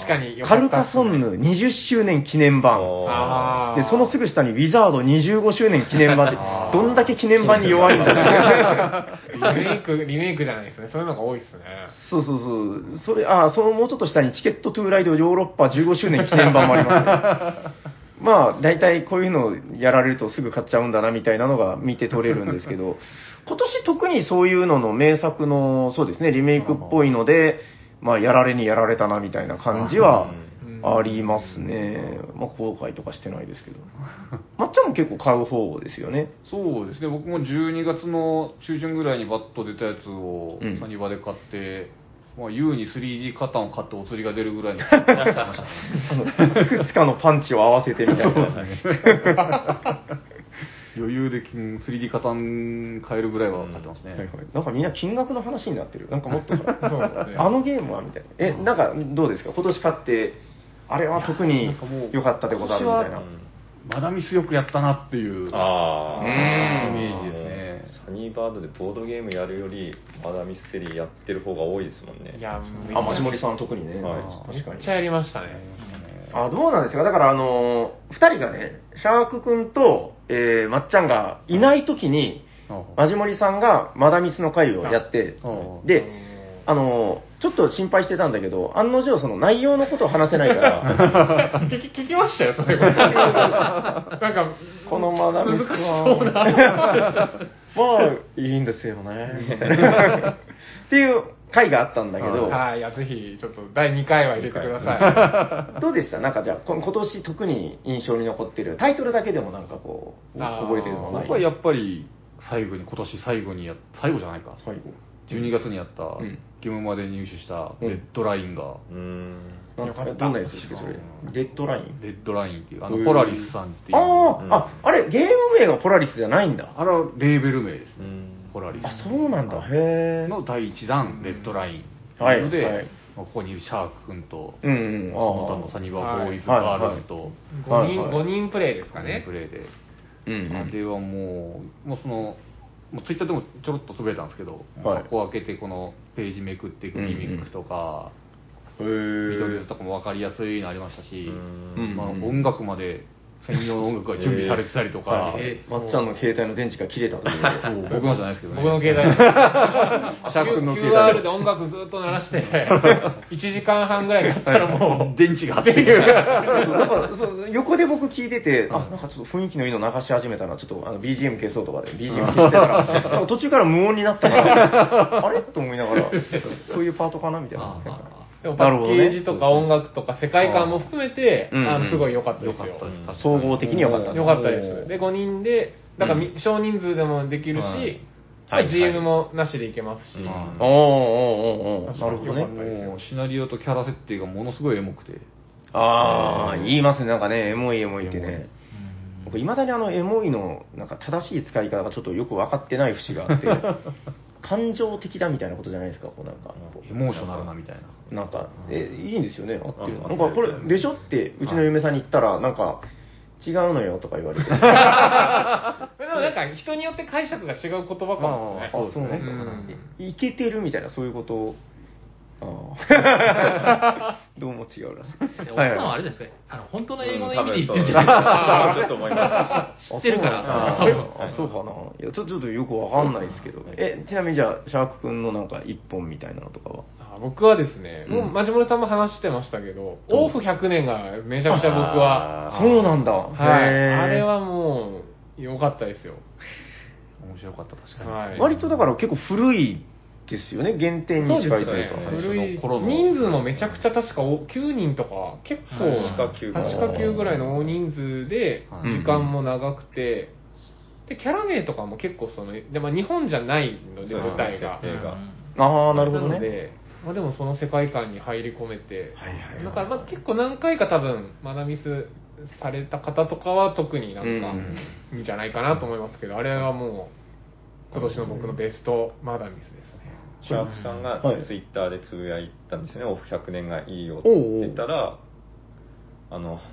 確かによカルかったっすね。 カソンヌにじゅっしゅうねん記念版。 あーで、そのすぐ下にウィザードにじゅうごしゅうねん記念版ってあー、 どんだけ記念版に弱いんだろう。 リメイク、リメイクじゃないですね。そういうのが多いですね。 そうそうそう。それ、あ、そのもうちょっと下にチケットトゥーライドヨーロッパじゅうごしゅうねん記念版もありますね。まあ、大体こういうのをやられるとすぐ買っちゃうんだなみたいなのが見て取れるんですけど、今年特にそういうのの名作の、そうですね、リメイクっぽいので、まあ、やられにやられたなみたいな感じはありますね。まあ、後悔とかしてないですけど。まっちゃんも結構買う方ですよね。 そうですね、僕もじゅうにがつの中旬ぐらいにバッと出たやつをうんサニバで買って、まあ、優に スリーディー カタンを買ってお釣りが出るぐらいの買ってらっしゃいましたね。 あの、いくつかのパンチを合わせてみたいな。 余裕で金 スリーディー カタン買えるぐらいは買ってますね。 はいはい、なんかみんな金額の話になってる。なんかもっと、 そうですねあのゲームはみたいな。え、なんかどうですか今年買って、あれは特に良かったってことあるみたいな。 マダミスよくやったなっていうああ、 うんイメージですね。 サニーバードでボードゲームやるより、まだミステリーやってる方が多いですもんね。 いや、 あ、マジモリさん特にね。 はい確かにめっち。ゃやりましたね。 あ、どうなんですかだからあのー、二人がね、シャーク君と、えー、まっちゃんがいない時に、マジモリさんがマダミスの会をやってあ、 で、あのー、ちょっと心配してたんだけど、案の定その内容のことを話せないから、 聞き聞きましたよ、それは。なんか、 このマダミス難しそうな。 は、まあ、いいんですよね。っていう回があったんだけど、 はい、いや、ぜひ、ちょっとだいにかいは入れてください。 どうでしたなんかじゃあ、こ今年特に印象に残ってる、タイトルだけでもなんかこう、 あー覚えてるのない僕はやっぱり最後に、今年最後にや最後じゃないか、 最後。 じゅうにがつにやった、 んゲームまで入手したレッドラインが、 うーん。 なんかどんなやつですか、それ。レッドラインレッドラインっていう、あのへーポラリスさんっていう、 あー、あ、あれ、ゲーム名がポラリスじゃないんだ。 あれはレーベル名ですね、 うんポラリスあ、そうなんだ。へえ。 のだいいちだん、レッドラインってはいいうので、 はいまあここにいるシャーク君と、 うんうん。 その他のサニバーボーイズ、 はいガールズと、 ごにん、 はいはいごにんプレイですかねプ。レイで、 うんうんあれはもう、もうその、もうツイッターでもちょろっとつぶやいたんですけど、 はい箱を開けてこのページめくっていくギミックとか、 へ緑ー図とかも分かりやすいのありましたし、 うんまあ、音楽まで専用の音楽が準備されてたりとか、 はいえまっちゃんの携帯の電池が切れた時に。 そう僕のじゃないですけどね。 僕の携帯シャークのキュ携ーアール帯で音楽ずっと鳴らして、いちじかんはんぐらい経ったらもう、 電池が張ってる。 そうなんかそう横で僕聞いてて、あ、なんかちょっと雰囲気のいいの流し始めたな、ちょっとあの ビージーエム 消そうとかで ビージーエム 消してたら、なんか途中から無音になったから、あれと思いながら、そういうパートかなみたいな。 あああでもパッケージとか音楽とか世界観も含めて、 うんあのすごい良かったですよ。 うん総合的に良かった。 良かったです。で、ごにんで、だからみ少人数でもできるし、 はいまあ ジーエム もなしでいけますし、 うんおーおーおーおーなるほどね良か。ったですよもうシナリオとキャラ設定がものすごいエモくて、 ああ、言いますね、なんかね、エモいエモいってエモいね。僕、いまだにあのエモいの、なんか正しい使い方がちょっとよく分かってない節があって、感情的だみたいなことじゃないですか、こうなんか。こうエモーショナルなみたいな。 なんか、え、いいんですよね、合ってる。 あなんか、これ、でしょって、うちの嫁さんに言ったら、なんか、違うのよとか言われて。 でもなんか人によって解釈が違う言葉かもですね。 あ、そうなんだ。 うんいけてるみたいな、そういうことを。ああどうも違うらしい。 で奥さんはあれですかあの本当の英語の意味で言ってるじゃないですうん多か。 分そうちょっと思いま知ってるから。 あそうそうあそうかな。いや、ちょちょっとよくわかんないですけど。え、ちなみにじゃあ、シャーク君のなんか一本みたいなのとかは。 あ僕はですね、 うんもうマジモリさんも話してましたけど、オーフひゃくねんがめちゃくちゃ僕は、 あそうなんだ。 はい、 へーあれはもう良かったですよ。 面白かった、確かに。 はい割とだから結構古いですよね、原点にそうです近いというか。 そうですね古いその頃の人数もめちゃくちゃ確かおきゅうにんとか結構はちかきゅうかはちかきゅうぐらいの大人数ではい時間も長くて、でキャラ名とかも結構そので、まあ、日本じゃないのでそうですね舞台が設定がああ、なるほどね。 なので、まあ、でもその世界観に入り込めて、 はいはいはいだからまあ結構何回か多分マナミスされた方とかは特になんかうんいいんじゃないかなと思いますけど、あれはもう今年の僕のベストマダミスですね。 シャープさんがはいツイッターでつぶやいたんですね、オフひゃくねんがいいよって言ったら、あの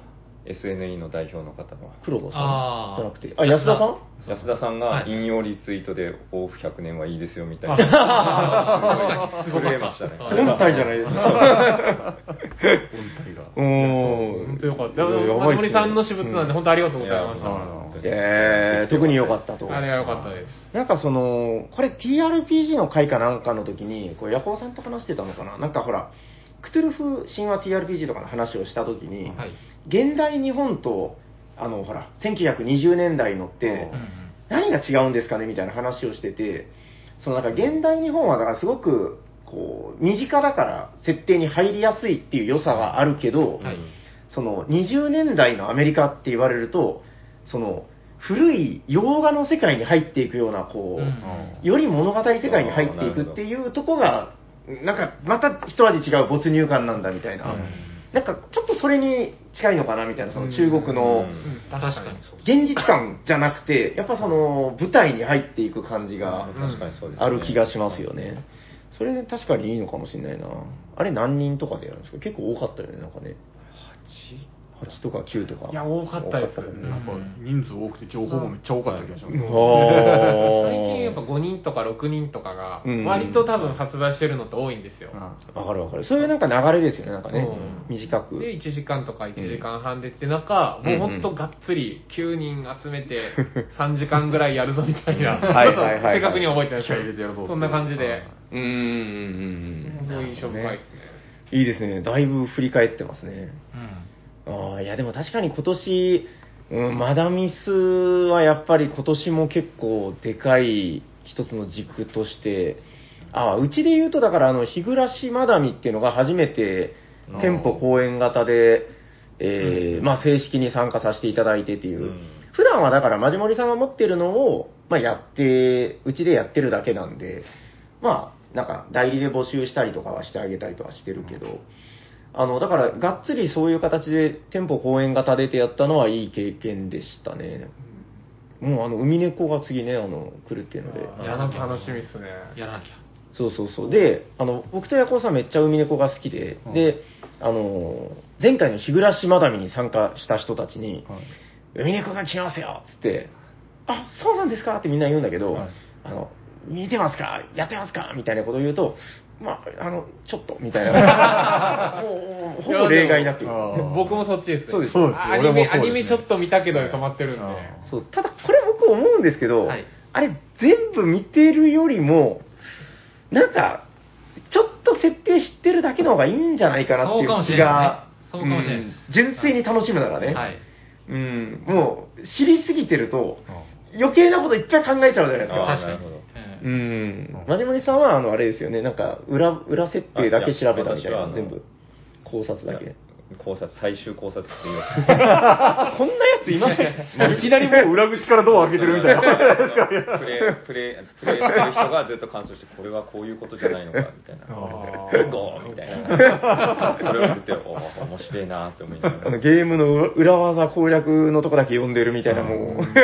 エスエヌイー の代表の方の黒田さあーんじゃなくて、あ、安田さん安田さんがはい引用リツイートでオフひゃくねんはいいですよみたいあな。 確かにすごか震えったましたね。 本体じゃないですか。 本体が。 おー。 本当よかった。 いややばいっすよ松森さんの私物なんで、本当ありがとうございましいやた。 本当にえー、特に良かったと。 あれは良かったです。 なんかその、これ ティーアールピージー の回かなんかの時に、これヤコウさんと話してたのかななんかほら、クトゥルフ神話 ティーアールピージー とかの話をした時に、 はい。 現代日本と、あの、ほら、せんきゅうひゃくにじゅうねんだいのってうんう、ん何が違うんですかねみたいな話をしてて、そのなんか現代日本はだからすごく、こう、身近だから設定に入りやすいっていう良さがあるけど、 はい。 そのにじゅうねんだいのアメリカって言われると、その古い洋画の世界に入っていくような、こう、 うんより物語世界に入っていくっていうとこが、なんかまた一味違う没入感なんだみたいな、 うんなんかちょっとそれに近いのかなみたいな、その中国のうん確かにそう。 現実感じゃなくて、やっぱその舞台に入っていく感じが確かにそうですね。 ある気がしますよね。それ確かにいいのかもしれないな。あれ何人とかでやるんですか？結構多かったよね、なんかね。はちとかきゅうとか。 いや、多かったです。 多かったですねなんか人数多くて情報もめっちゃ多かった気がします。 あー最近やっぱごにんとかろくにんとかがうん割と多分発売してるのって多いんですよ。 あわかるわかる。そういうなんか流れですよね、なんかね。 うん短く。 で、いちじかんとかいちじかんはんでって中、 うんもうほんとがっつりきゅうにん集めてさんじかんぐらいやるぞみたいな、 はいはいはいはい正確には覚えてないです気合い入れてやるぞってそんな感じで、 うーんうんうんすごい印象深いですね。 いいですね。だいぶ振り返ってますね。 うん。 ああ、いやでも確かに今年、うん、マダミスはやっぱり今年も結構でかい一つの軸として、ああ、うちで言うとだからあの、日暮らしマダミっていうのが初めて店舗公演型で、えーまあ正式に参加させていただいてっていう、 うん普段はだからマジモリさんが持ってるのを、まあやって、うちでやってるだけなんで、まあなんか代理で募集したりとかはしてあげたりとかしてるけど、あの、だから、がっつりそういう形で店舗公演型でてやったのはいい経験でしたね。もう、あの、海猫が次ね、あの、来るっていうので。 やらなきゃ楽しみですね。 やらなきゃ。 そうそうそう。で、あの、僕とヤコウさんめっちゃ海猫が好きで、 うんで、あの、前回の日暮らしマダミに参加した人たちに、 はい海猫が来ますよっつって、あ、そうなんですかってみんな言うんだけど、 はいあの、見てますかやってますかみたいなことを言うと、まあ、あの、ちょっと、みたいな。もう、ほぼ例外なく。 いやでもあー僕もそっちですね。 そうでしょそうですアニメ、 俺もそうですねアニメちょっと見たけどで止まってるんで。 あそう、ただこれ僕思うんですけど、 はいあれ全部見てるよりも、なんか、ちょっと設定知ってるだけの方がいいんじゃないかなっていう気が、 そうかもしれないですねうん純粋に楽しむならね。 はい。 うん、もう、知りすぎてると、 あ余計なこといっぱい考えちゃうじゃないですか。 あー確かになるほど。 ううんん。マジモリさんは、あの、あれですよね、なんか、裏、裏設定だけ調べたみたいな、 あいや私はあの全部。考察だけ。 考察、最終考察っていう。 こんなやついますもういきなりもう裏口からドア開けてるみたいな。 プレイ、プレイ、プレイする人がずっと感想して、これはこういうことじゃないのか、みたいな。 あビンゴみたいな。それを見て、お面白いなって思いながら。 あのゲームの裏裏技攻略のとこだけ読んでるみたいな、もう。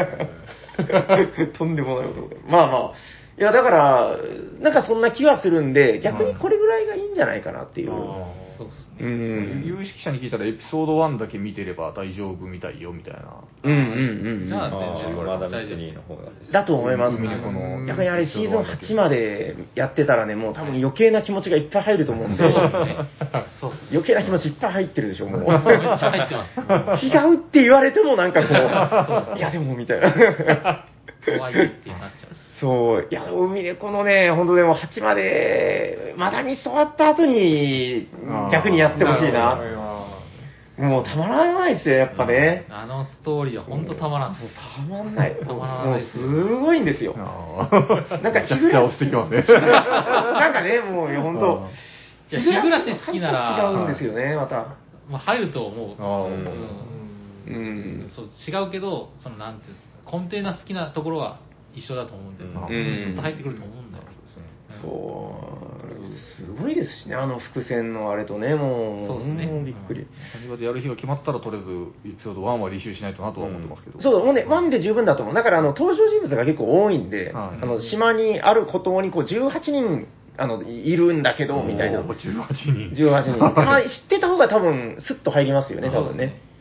とんでもないことで。まあまあ。いや、だから、なんかそんな気はするんで、逆にこれぐらいがいいんじゃないかなっていう。 そうですうね。 ん。 有識者に聞いたらエピソードワンだけ見てれば大丈夫みたいよみたいな。 うんうんうん。 じゃああー全然マダミステリーの方がですね。 だと思います。 海猫の逆にあれシーズンはちまでやってたらね、もう多分余計な気持ちがいっぱい入ると思うんで、 そうですね。そうですね。 余計な気持ちいっぱい入ってるでしょ、もう。 めっちゃ入ってます。 違うって言われてもなんかこう、いやでもみたいな。 怖いってなっちゃう。 そう、いや、海猫のね、本当でもはちまで、まだミス終わった後にあー逆にやってほしいなな。 るほどもうたまらないですよ、やっぱね。 あのストーリーは本当たまらんっす。 たまんない。 たまらもうないですすごいんですよ。 あなんかめちゃくちゃ押してきますね。 なんかね、もう本当。 いや日暮らし好きなら違うんですよね、また。 まあ、入ると思う。 あーうんうん。 そう違うけど、そのなんていうんですか、根底な好きなところは一緒だと思うんで、 うんずっと入ってくると思うんだよ。 そう、すごいですしね、あの伏線のあれとね、もう、 そうですねもうびっくり。 サニバでやる日が決まったらとりあえずエピソードワンは履修しないとなとは思ってますけど。 そう、もうね、ワンで十分だと思う。だから、あの、登場人物が結構多いんで、 はいあの、島にある孤島にこう、じゅうはちにん、あの、いるんだけど、みたいな。 おーじゅうはちにん。 じゅうはちにん。まあ、知ってた方が多分、スッと入りますよね、多分ね。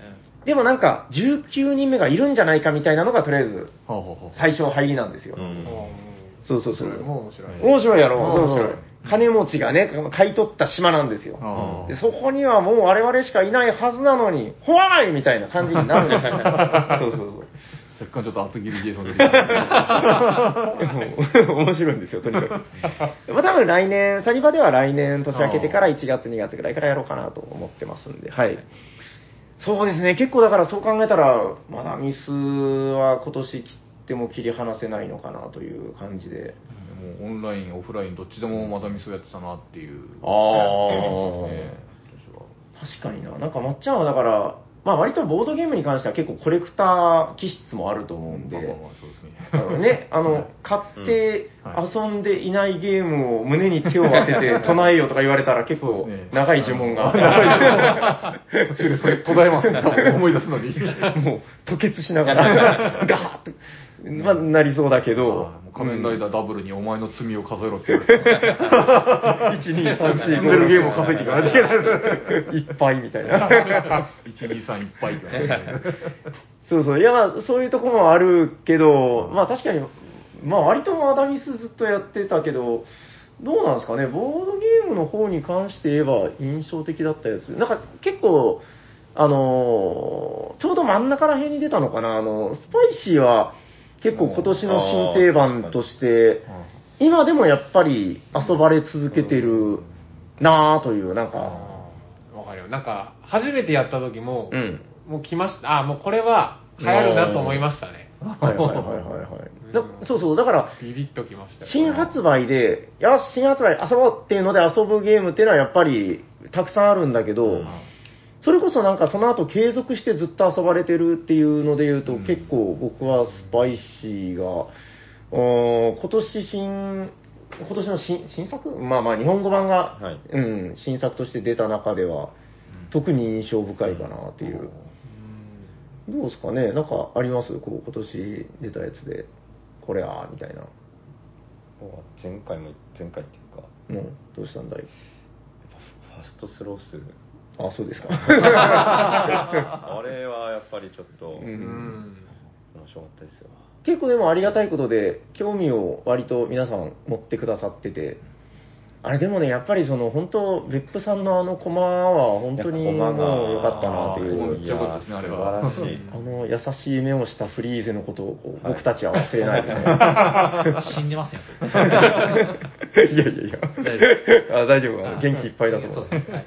でもなんかじゅうきゅうにんめがいるんじゃないかみたいなのがとりあえずはあはあはあ最初入りなんですよ。 うんそうそうそう。 もう面白い。 面白いやろ。 うんそうそう面白い。 金持ちがね、買い取った島なんですよ。 あでそこにはもう我々しかいないはずなのに、ホワイみたいな感じになるんですよ。そうそうそう。 若干ちょっと厚切りジェイソン出てきた。 でも面白いんですよ、とにかく。まあ多分来年、サニバでは来年年明けてからいちがつ、にがつぐらいからやろうかなと思ってますんで、はい。そうですね、結構だからそう考えたら、マダミスは今年切っても切り離せないのかなという感じで。 もうオンライン、オフライン、どっちでもマダミスをやってたなっていう。 ああ、 そうですね。 確かにな。なんかまっちゃんはだから、まあ割とボードゲームに関しては結構コレクター気質もあると思うんで、 まあまあまあそうですね。 あのね、あの、買って遊んでいないゲームを胸に手を当てて唱えよとか言われたら結構長い呪文が。 途中でそれ途絶えますね。思い出すのに。 もう、吐血しながら、ガーッと、まあ、なりそうだけど。 あーもう仮面ライダーダブルにお前の罪を数えろって言われて。 いち、に、さん、よん、 進んでるゲームを数えていかないといけない。 いっぱいみたいな。 いち、に、さんいっぱいって言われて。 そうそう。いや、まあ、そういうとこもあるけど、まあ確かに、まあ割とマダミスずっとやってたけど、どうなんですかね、ボードゲームの方に関して言えば印象的だったやつ。なんか結構、あのーちょうど真ん中ら辺に出たのかな、あの、スパイシーは結構今年の新定番として、今でもやっぱり遊ばれ続けてるなぁという、なんか、 わかるよ。なんか、初めてやった時も、 うん。 もう来ました。あ、もうこれは流行るなと思いましたね。 はいはいはいはいはい。なそうそう、だから、 ビビッときましたよ。 新発売で、いや、新発売遊ぼうっていうので遊ぶゲームっていうのはやっぱりたくさんあるんだけど、 うんそれこそなんかその後継続してずっと遊ばれてるっていうので言うと、 うん結構僕はスパイシーが、うーん今年新、今年の新新作まあまあ日本語版が、 はいうん、新作として出た中では、特に印象深いかなっていう。どうですかね、なんかありますこう今年出たやつで、これあーみたいな。 前回も前回っていうか、 うん、どうしたんだい。 やっぱファストスロースあ、そうですか。 あれはやっぱりちょっとううんん。 面白かったですよ。 結構でもありがたいことで、興味を割と皆さん持ってくださってて、あれでもね、やっぱりその本当、別府さんのあのコマは本当にいやコマがもう良かったなっていう。 いいやー素晴ららしいあの優しい目をしたフリーゼのことをこう僕たちは忘れないでね。 死んでますよ、 いやいやいや、 大丈あ大丈夫、 あ元気いっぱいだと思う。 そうですねはい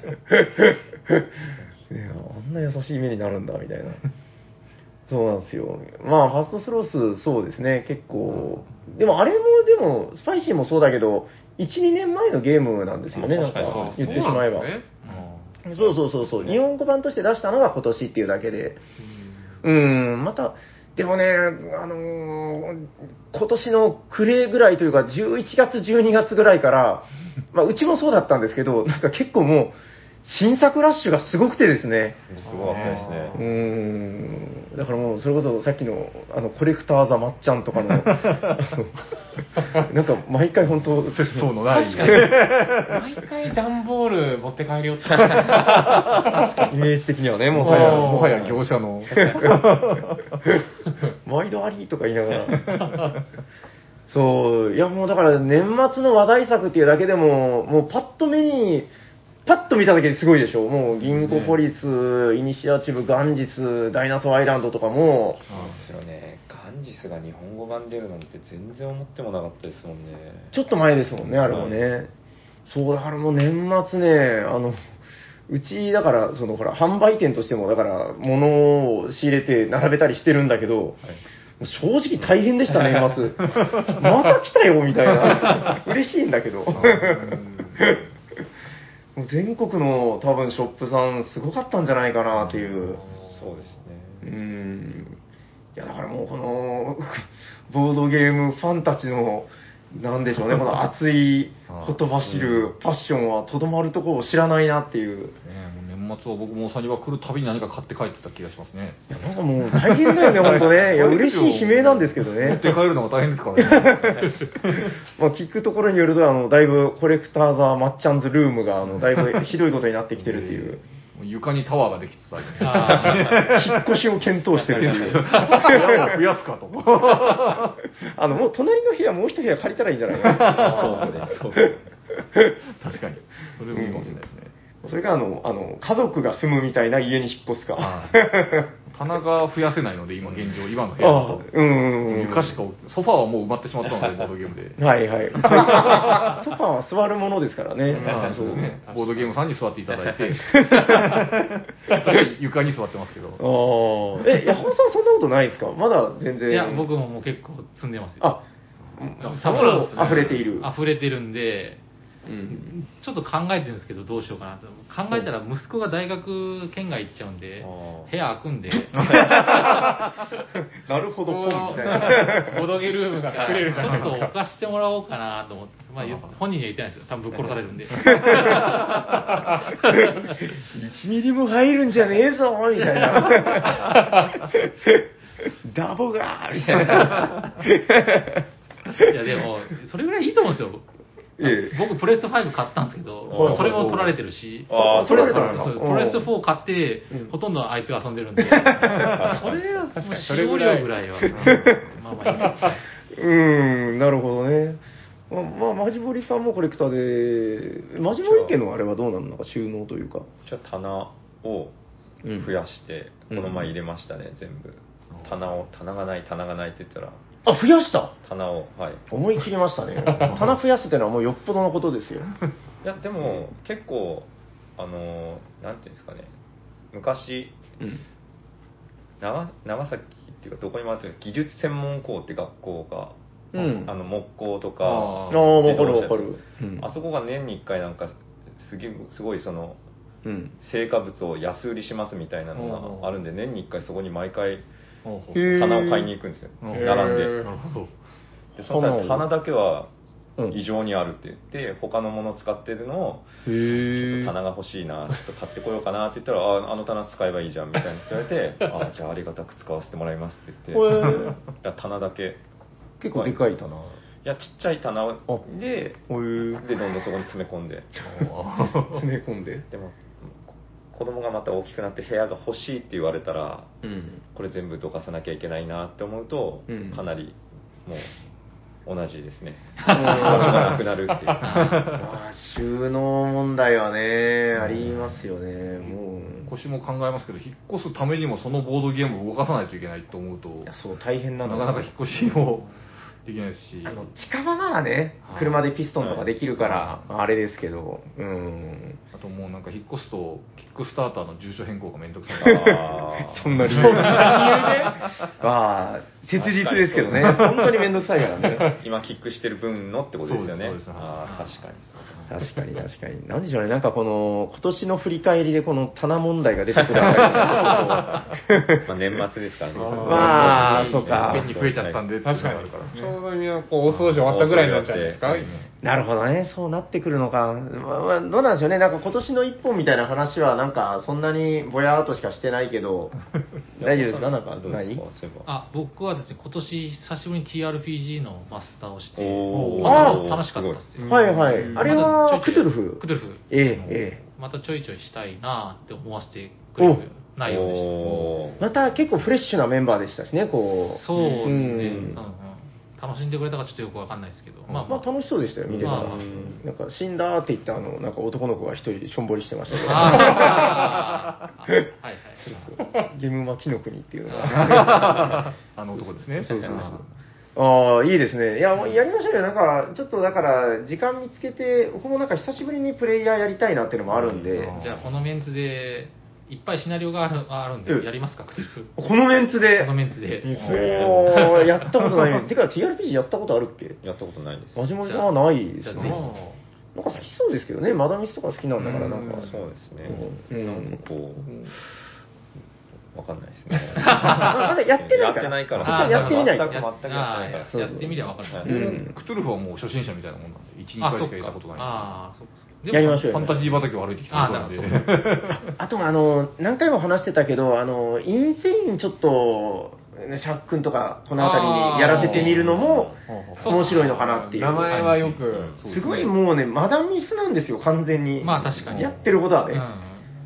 ねあんな優しい目になるんだみたいな。そうなんですよ。まあ、ファストスロース、そうですね、結構。でも、あれも、でも、スパイシーもそうだけど、いち、にねんまえのゲームなんですよね、 あなんか確かにそうですね言ってしまえば。 そうなんですねそうそうそうそう、日本語版として出したのが今年っていうだけで。うん、また、でもね、あのー今年の暮れぐらいというか、じゅういちがつ、じゅうにがつぐらいから、まあ、うちもそうだったんですけど、なんか結構もう、新作ラッシュがすごくてですね。 すごかったですうね。 ーん。だからもう、それこそさっきの、あの、コレクターザまっちゃんとかの、あのなんか毎回本当、 節操のない。 毎回段ボール持って帰りよって。 イメージ的にはね、もうもはや、 さもはや業者の。 毎度ありとか言いながら。そう、いやもうだから年末の話題作っていうだけでも、もうパッと目に、パッと見ただけですごいでしょ。もう銀行ポリス、イニシアチブ、ガンジス、ダイナソーアイランドとかも、 そうですよね。ガンジスが日本語版出るなんて全然思ってもなかったですもんね。 ちょっと前ですもんね、あれもね。そう、だからもう年末ね、あの、うち、だから、そのほら、販売店としても、だから、物を仕入れて並べたりしてるんだけど、もう正直大変でした、年末。また来たよ、みたいな。嬉しいんだけど。もう全国の多分ショップさん、すごかったんじゃないかなっていう。 そうですね。 うーん。いや、だからもうこの、ボードゲームファンたちの、なんでしょうね、この熱い、ほとばしるパッションはとどまるところを知らないなっていう。 ねもう年末は僕もサニバ来るたびに何か買って帰ってた気がしますね。 いや、なんかもう大変だよね、本当ね。いや、嬉しい悲鳴なんですけど持っね。 て帰るのが大変ですからね。 まあ、聞くところによると、あの、だいぶコレクターザーマッチャンズルームが、あの、だいぶひどいことになってきてるっていう。 床にタワーができつつあるね。 あ引っ越しを検討してるっていう。 部屋を増やすかと。 あの、もう隣の部屋もう一部屋借りたらいいんじゃないかそうね、そう。 確かに。それもいいかもしれないですね。 それがあの、あの、家族が住むみたいな家に引っ越すか。 棚が増やせないので、今現状、今の部屋だと。 うんうん。 床しか、ソファーはもう埋まってしまったので、ボードゲームで。 はいはい。ソファーは座るものですからね。 まあそうですね。ボードゲームさんに座っていただいて、私床に座ってますけど。 ああ。え、ヤホーさんそんなことないですか？まだ全然。 いや、僕ももう結構積んでますよ。 あ、 サブランスね溢れている。 溢れてるんで、 うん。 ちょっと考えてるんですけど、どうしようかなと。考えたら息子が大学県外行っちゃうんで、部屋空くんで、 なるほど、ポンみたいな。 ボドゲルームが作れるじちょっとゃないですか。 置かしてもらおうかなと思って、まあ、本人には言ってないですよ。多分ぶっ殺されるんで。 いちミリも入るんじゃねえぞみたいな。ダボがーみたいな。 いや、でも、それぐらいいいと思うんですよ。 ええ僕、プレステファイブ買ったんですけどはい、 それも取られてるし、 あー取られたんそうですか？ プレステフォー買ってうん、 ほとんどあいつが遊んでるんで、それはもう使用量ぐらいは、まあまあいいですね。 うーん、なるほどね。まあ、まあ、マジボリさんもコレクターで、マジボリ家のあれはどうなのか、収納というか。 じゃあ棚を増やして、 うんこの前入れましたね、全部。棚を、棚がない、棚がないって言ったら、 あ、増やした棚を、はい。 思い切りましたね。棚増やすっていうのはもうよっぽどのことですよ。 いや、でも、結構、あの、なんていうんですかね、昔、 うん。 長長崎っていうか、どこにもあってる技術専門校って学校が、 うんあの木工とか、 あああ、わかるわか自動車る。うんあそこが年にいっかいなんか、すげすごいその、 うん。 成果物を安売りしますみたいなのがあるんで、年にいっかいそこに毎回ほうほうへー棚を買いに行くんですよ、 うん並んで。 なるほど。 でその代わり棚だけはうん異常にあるって言って、他のものを使ってるのを、 へちょっーと棚が欲しいな、ちょっと買ってこようかなって言ったら、ああの棚使えばいいじゃんみたいに言われて、あじゃあありがたく使わせてもらいますってこ言って、 れ、 だから棚だけ、 結構でかい棚。 いや、ちっちゃい棚で、 ほえで、どんどんそこに詰め込んで、 詰め込んで。 でも、子供がまた大きくなって部屋が欲しいって言われたら、 うん。 これ全部どかさなきゃいけないなって思うと、 うんかなりもう同じですね。 うん場所がなくなるっていう。 まあ、収納問題はね、ありますよね。もう。 腰も考えますけど、引っ越すためにもそのボードゲームを動かさないといけないと思うと、 いや、そう、大変ななのかなか引っ越しもできないですし、 あの、近場ならね、車でピストンとかできるから、あれですけど、うん。 あともうなんか引っ越すと、キックスターターの住所変更がめんどくさい。 あーそんな理由。そんな理由でまあ、切実ですけどね。本当にめんどくさいからね。 今キックしてる分のってことですよね。 そうですそうですああ、確かにそうだ。 確かに確かに。なんでしょうね。なんかこの、今年の振り返りでこの棚問題が出てくるあたりがまあ年末ですからね。 まあそうか変に増えちゃったんで、 確かにあるから。 ちょうど今こう大掃除終わったぐらいになっちゃうんですか、 うん今なるほどね。そうなってくるのか。まあまあ、どうなんでしょうね。なんか今年の一本みたいな話は、なんかそんなにぼやーっとしかしてないけど、大丈夫ですかなんかどうですないか全部。 あ、僕はですね、今年久しぶりに ティーアールピージー のマスターをして、 おーまあた楽しかったですよ。 はいはい。 うんあれは、クトゥルフクトゥルフ。 ええ、えまたちょいちょいしたいなって思わせてくれる内容でした。 おえ。また結構フレッシュなメンバーでしたしね、こう。 そうですね、 うんうんうん楽しんでくれたかちょっとよくわかんないですけど、まあまあ、 まあ楽しそうでしたよ、見てたら。 まあまあなんか死んだって言ったあの、なんか男の子が一人しょんぼりしてましたけど。 あーはいはい。 ゲームマキノ国っていうのが。 あの男ですね。 そうそうそう。ああ、いいですね。いや、もうやりましょうよ。なんか、ちょっとだから、時間見つけて、僕もなんか久しぶりにプレイヤーやりたいなっていうのもあるんで、 うんじゃあこのメンツでいっぱいシナリオがあるあるんうんでやりますか、クトゥルフ。 このメンツでこの、メンツで。 おーやったことない。てか ティーアールピージー やったことあるっけやったことないです。 マジモリさんはないですじゃあね。なんか好きそうですけどね、マダミスとか好きなんだから、なんか。 そうですね。 うんなんかこう、わかんないですね。 まだやってないから。 やってないから実はやってみないと。 全く全くやってないからあーそうそうやってみりゃわかるんですはいよ。 うんクトゥルフはもう初心者みたいなもんなんで、いち、にかいしかやったことないんで。 ああ、そうかそうか。 やりましょうよファンタジー畑を歩いてきたああ、なところなんで。 るほど。 あと、あの、何回も話してたけど、あの、インセインちょっと、ねシャックンとか、この辺りにやらせてみるのも、 そう面白いのかなっていう。 名前はよく、 そうすごいもうね、マダミスなんですよ、完全に。 まあ確かにやってることはね。 うん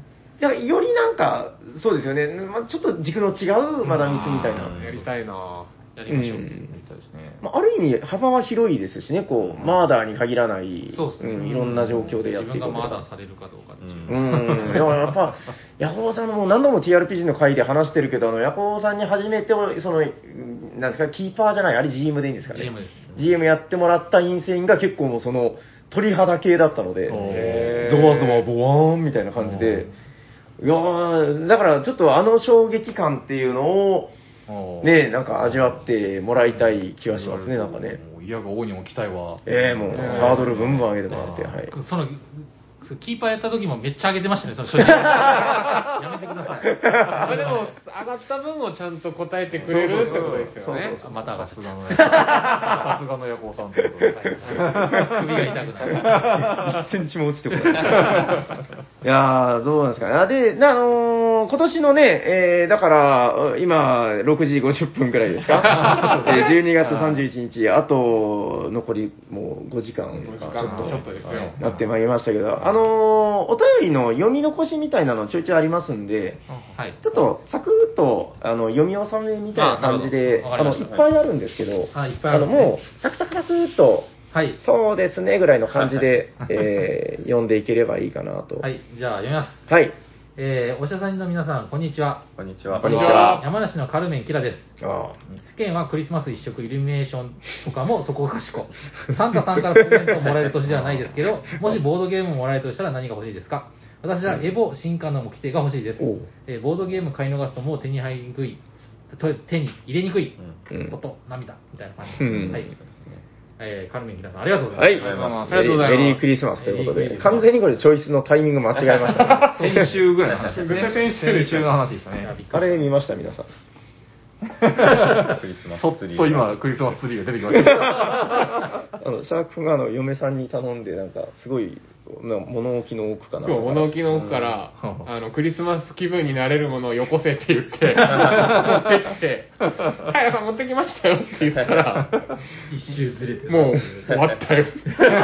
だからよりなんか、そうですよね、まあ、ちょっと軸の違うマダミスみたいな。 やりたいなやりましょう。 うんやりたいですね。 まあ、ある意味、幅は広いですしね、こう、マーダーに限らない、 そうですね。 ん、いろんな状況でやっていくこと自分がマーダーされるかどうかっていう。 うん。いや、やっぱ、ヤコウさんも何度も ティーアールピージー の回で話してるけど、あの、ヤコウさんに初めて、その、なんですか、キーパーじゃない、あれ ジーエム でいいんですかね。 ジーエム です。 ジーエム やってもらったインセインが結構もうその、鳥肌系だったので、 へゾワゾワボワーンみたいな感じで、いやーだからちょっとあの衝撃感っていうのを、ね、なんか味わってもらいたい気はしますね、なんかね。 もう、いやが王にも期待は。 ええもう、ハードルブンブン上げてもらって、はい。 その、キーパーやった時もめっちゃ上げてましたね、その正直。やめてください。 まあでも、上がった分をちゃんと答えてくれるってことですよね。 そうそうそうまた上がっちゃっさすがのヤコウさすがのヤコウさんということで。 た。首が痛くなる。 いちセンチも落ちてこない。いやー、どうなんですかね。で、なあのー今年のね、えー、だから、今、ろくじごじゅっぷんくらいですか。えー、じゅうにがつさんじゅういちにち、あと、残りもうごじかんごじか、 かんちょっちょっととですよ。 なってまいりましたけど、あのーお便りの読み残しみたいなのちょいちょいありますんで、 はい。 ちょっとサクッとあの読み納めみたいな感じで、あのいあなるほどわかりましたっぱいあるんですけど、 あいっぱいあるのもうサクサクサクっと、 はい。 そうですねぐらいの感じで、えー読んでいければいいかなと。 はい。じゃあ読みます。 はい。 えー、おしゃさんの皆さん、こんにちは。 こんにちは。 こんにちは山梨のカルメンキラです。 あ世間はクリスマス一色イルミネーションとかもそこかしこ。サンタさんからプレゼントをもらえる年ではないですけど、もしボードゲームをもらえるとしたら何が欲しいですか？私はエボ進化の規定が欲しいですおう。 えーボードゲーム買い逃すともう手に入りにくい、と手に入れにくいうんこと、涙みたいな感じうんです。はい。えーカルメンキラさんありがとうございます。 はい。 ありがとうございますメリークリスマスということで、 メリークリスマス完全にこれチョイスのタイミング間違えましたね。 先週ぐらいの話ですね。 絶対先週先週の話でしたね。 あれ見ました、皆さん。 クリスマちょっスツリー。 と今、クリスマスツリーが出てきました。 あの、シャーク君があの、嫁さんに頼んで、なんか、すごい、な物置の奥かな。 そう、物置の奥から、 うんあの、クリスマス気分になれるものをよこせって言って、持ってきて、はいさん持ってきましたよって言ったら、 一周ずれてるもう終わったよ。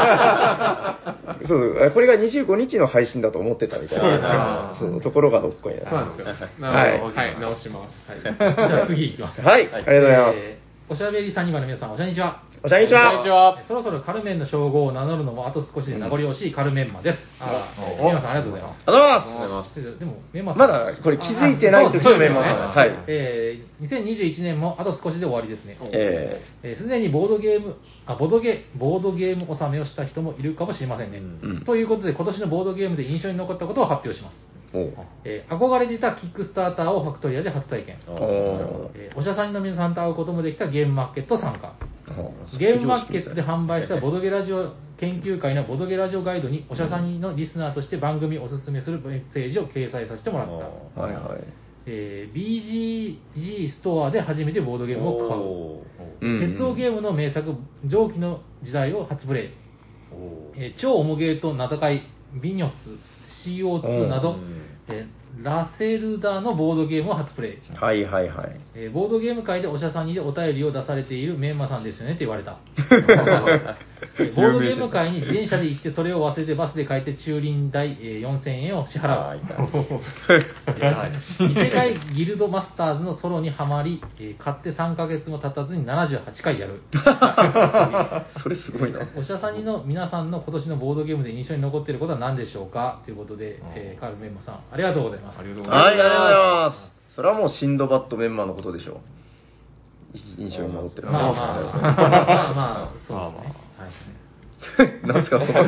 そうそう、これがにじゅうごにちの配信だと思ってたみたいな。 そそう、ところがどっこいな。 そうなんですよ。 はいなのではい、直します。 はい。じゃあ次行きます。 はい、ありがとうございます。 えーおしゃべりサニバの皆さん、おしゃにちは。 おしゃにちは。 こんにちは。 そろそろカルメンの称号を名乗るのもあと少しで名残惜しいカルメンマです。あおー、皆さんありがとうございます。 ありがとうございありがとうございまます。 でも、メンマさん。 まだこれ気づいてない時のメンマさんあはいえー、にせんにじゅういちねんもあと少しで終わりですね。 す。ええーすでにボードゲーム、あ、ボードゲボードゲーム納めをした人もいるかもしれませんね。 うんということで、今年のボードゲームで印象に残ったことを発表します。 ー、おうえー憧れていたキックスターターをファクトリアで初体験。 あおーえーおしゃさんの皆さんと会うこともできたゲームマーケット参加。 おゲームマーケットで販売したボドゲラジオ研究会のボドゲラジオガイドにおしゃさんのリスナーとして番組をおすすめするメッセージを掲載させてもらった。 はいはい。 えー ビージージー ストアで初めてボードゲームを買う。 おうん鉄道ゲームの名作、蒸気の時代を初プレイ。えー超重ゲーと名高いビニョス シーオーツー など、 うんえーラセルダのボードゲームを初プレイ。 はいはいはい。 えーボードゲーム界でおしゃさんにでお便りを出されているメンマさんですよねって言われた。えーボードゲーム界に電車で行ってそれを忘れてバスで帰って駐輪代えーよんせんえんを支払う。 あいた異世界ギルドマスターズのソロにはまり、えー買ってさんかげつも経たずにななじゅうはちかいやる。 それすごいな。 おしゃさんにの皆さんの今年のボードゲームで印象に残っていることは何でしょうかということで、えーカールメンマさん、ありがとうございます。 ありがとうございはい、ありがとうございます。それはもうシンドバッドメンマのことでしょう。印象に残ってる。 まあまあ、まあまあ、そうですね。はいなんすか、その。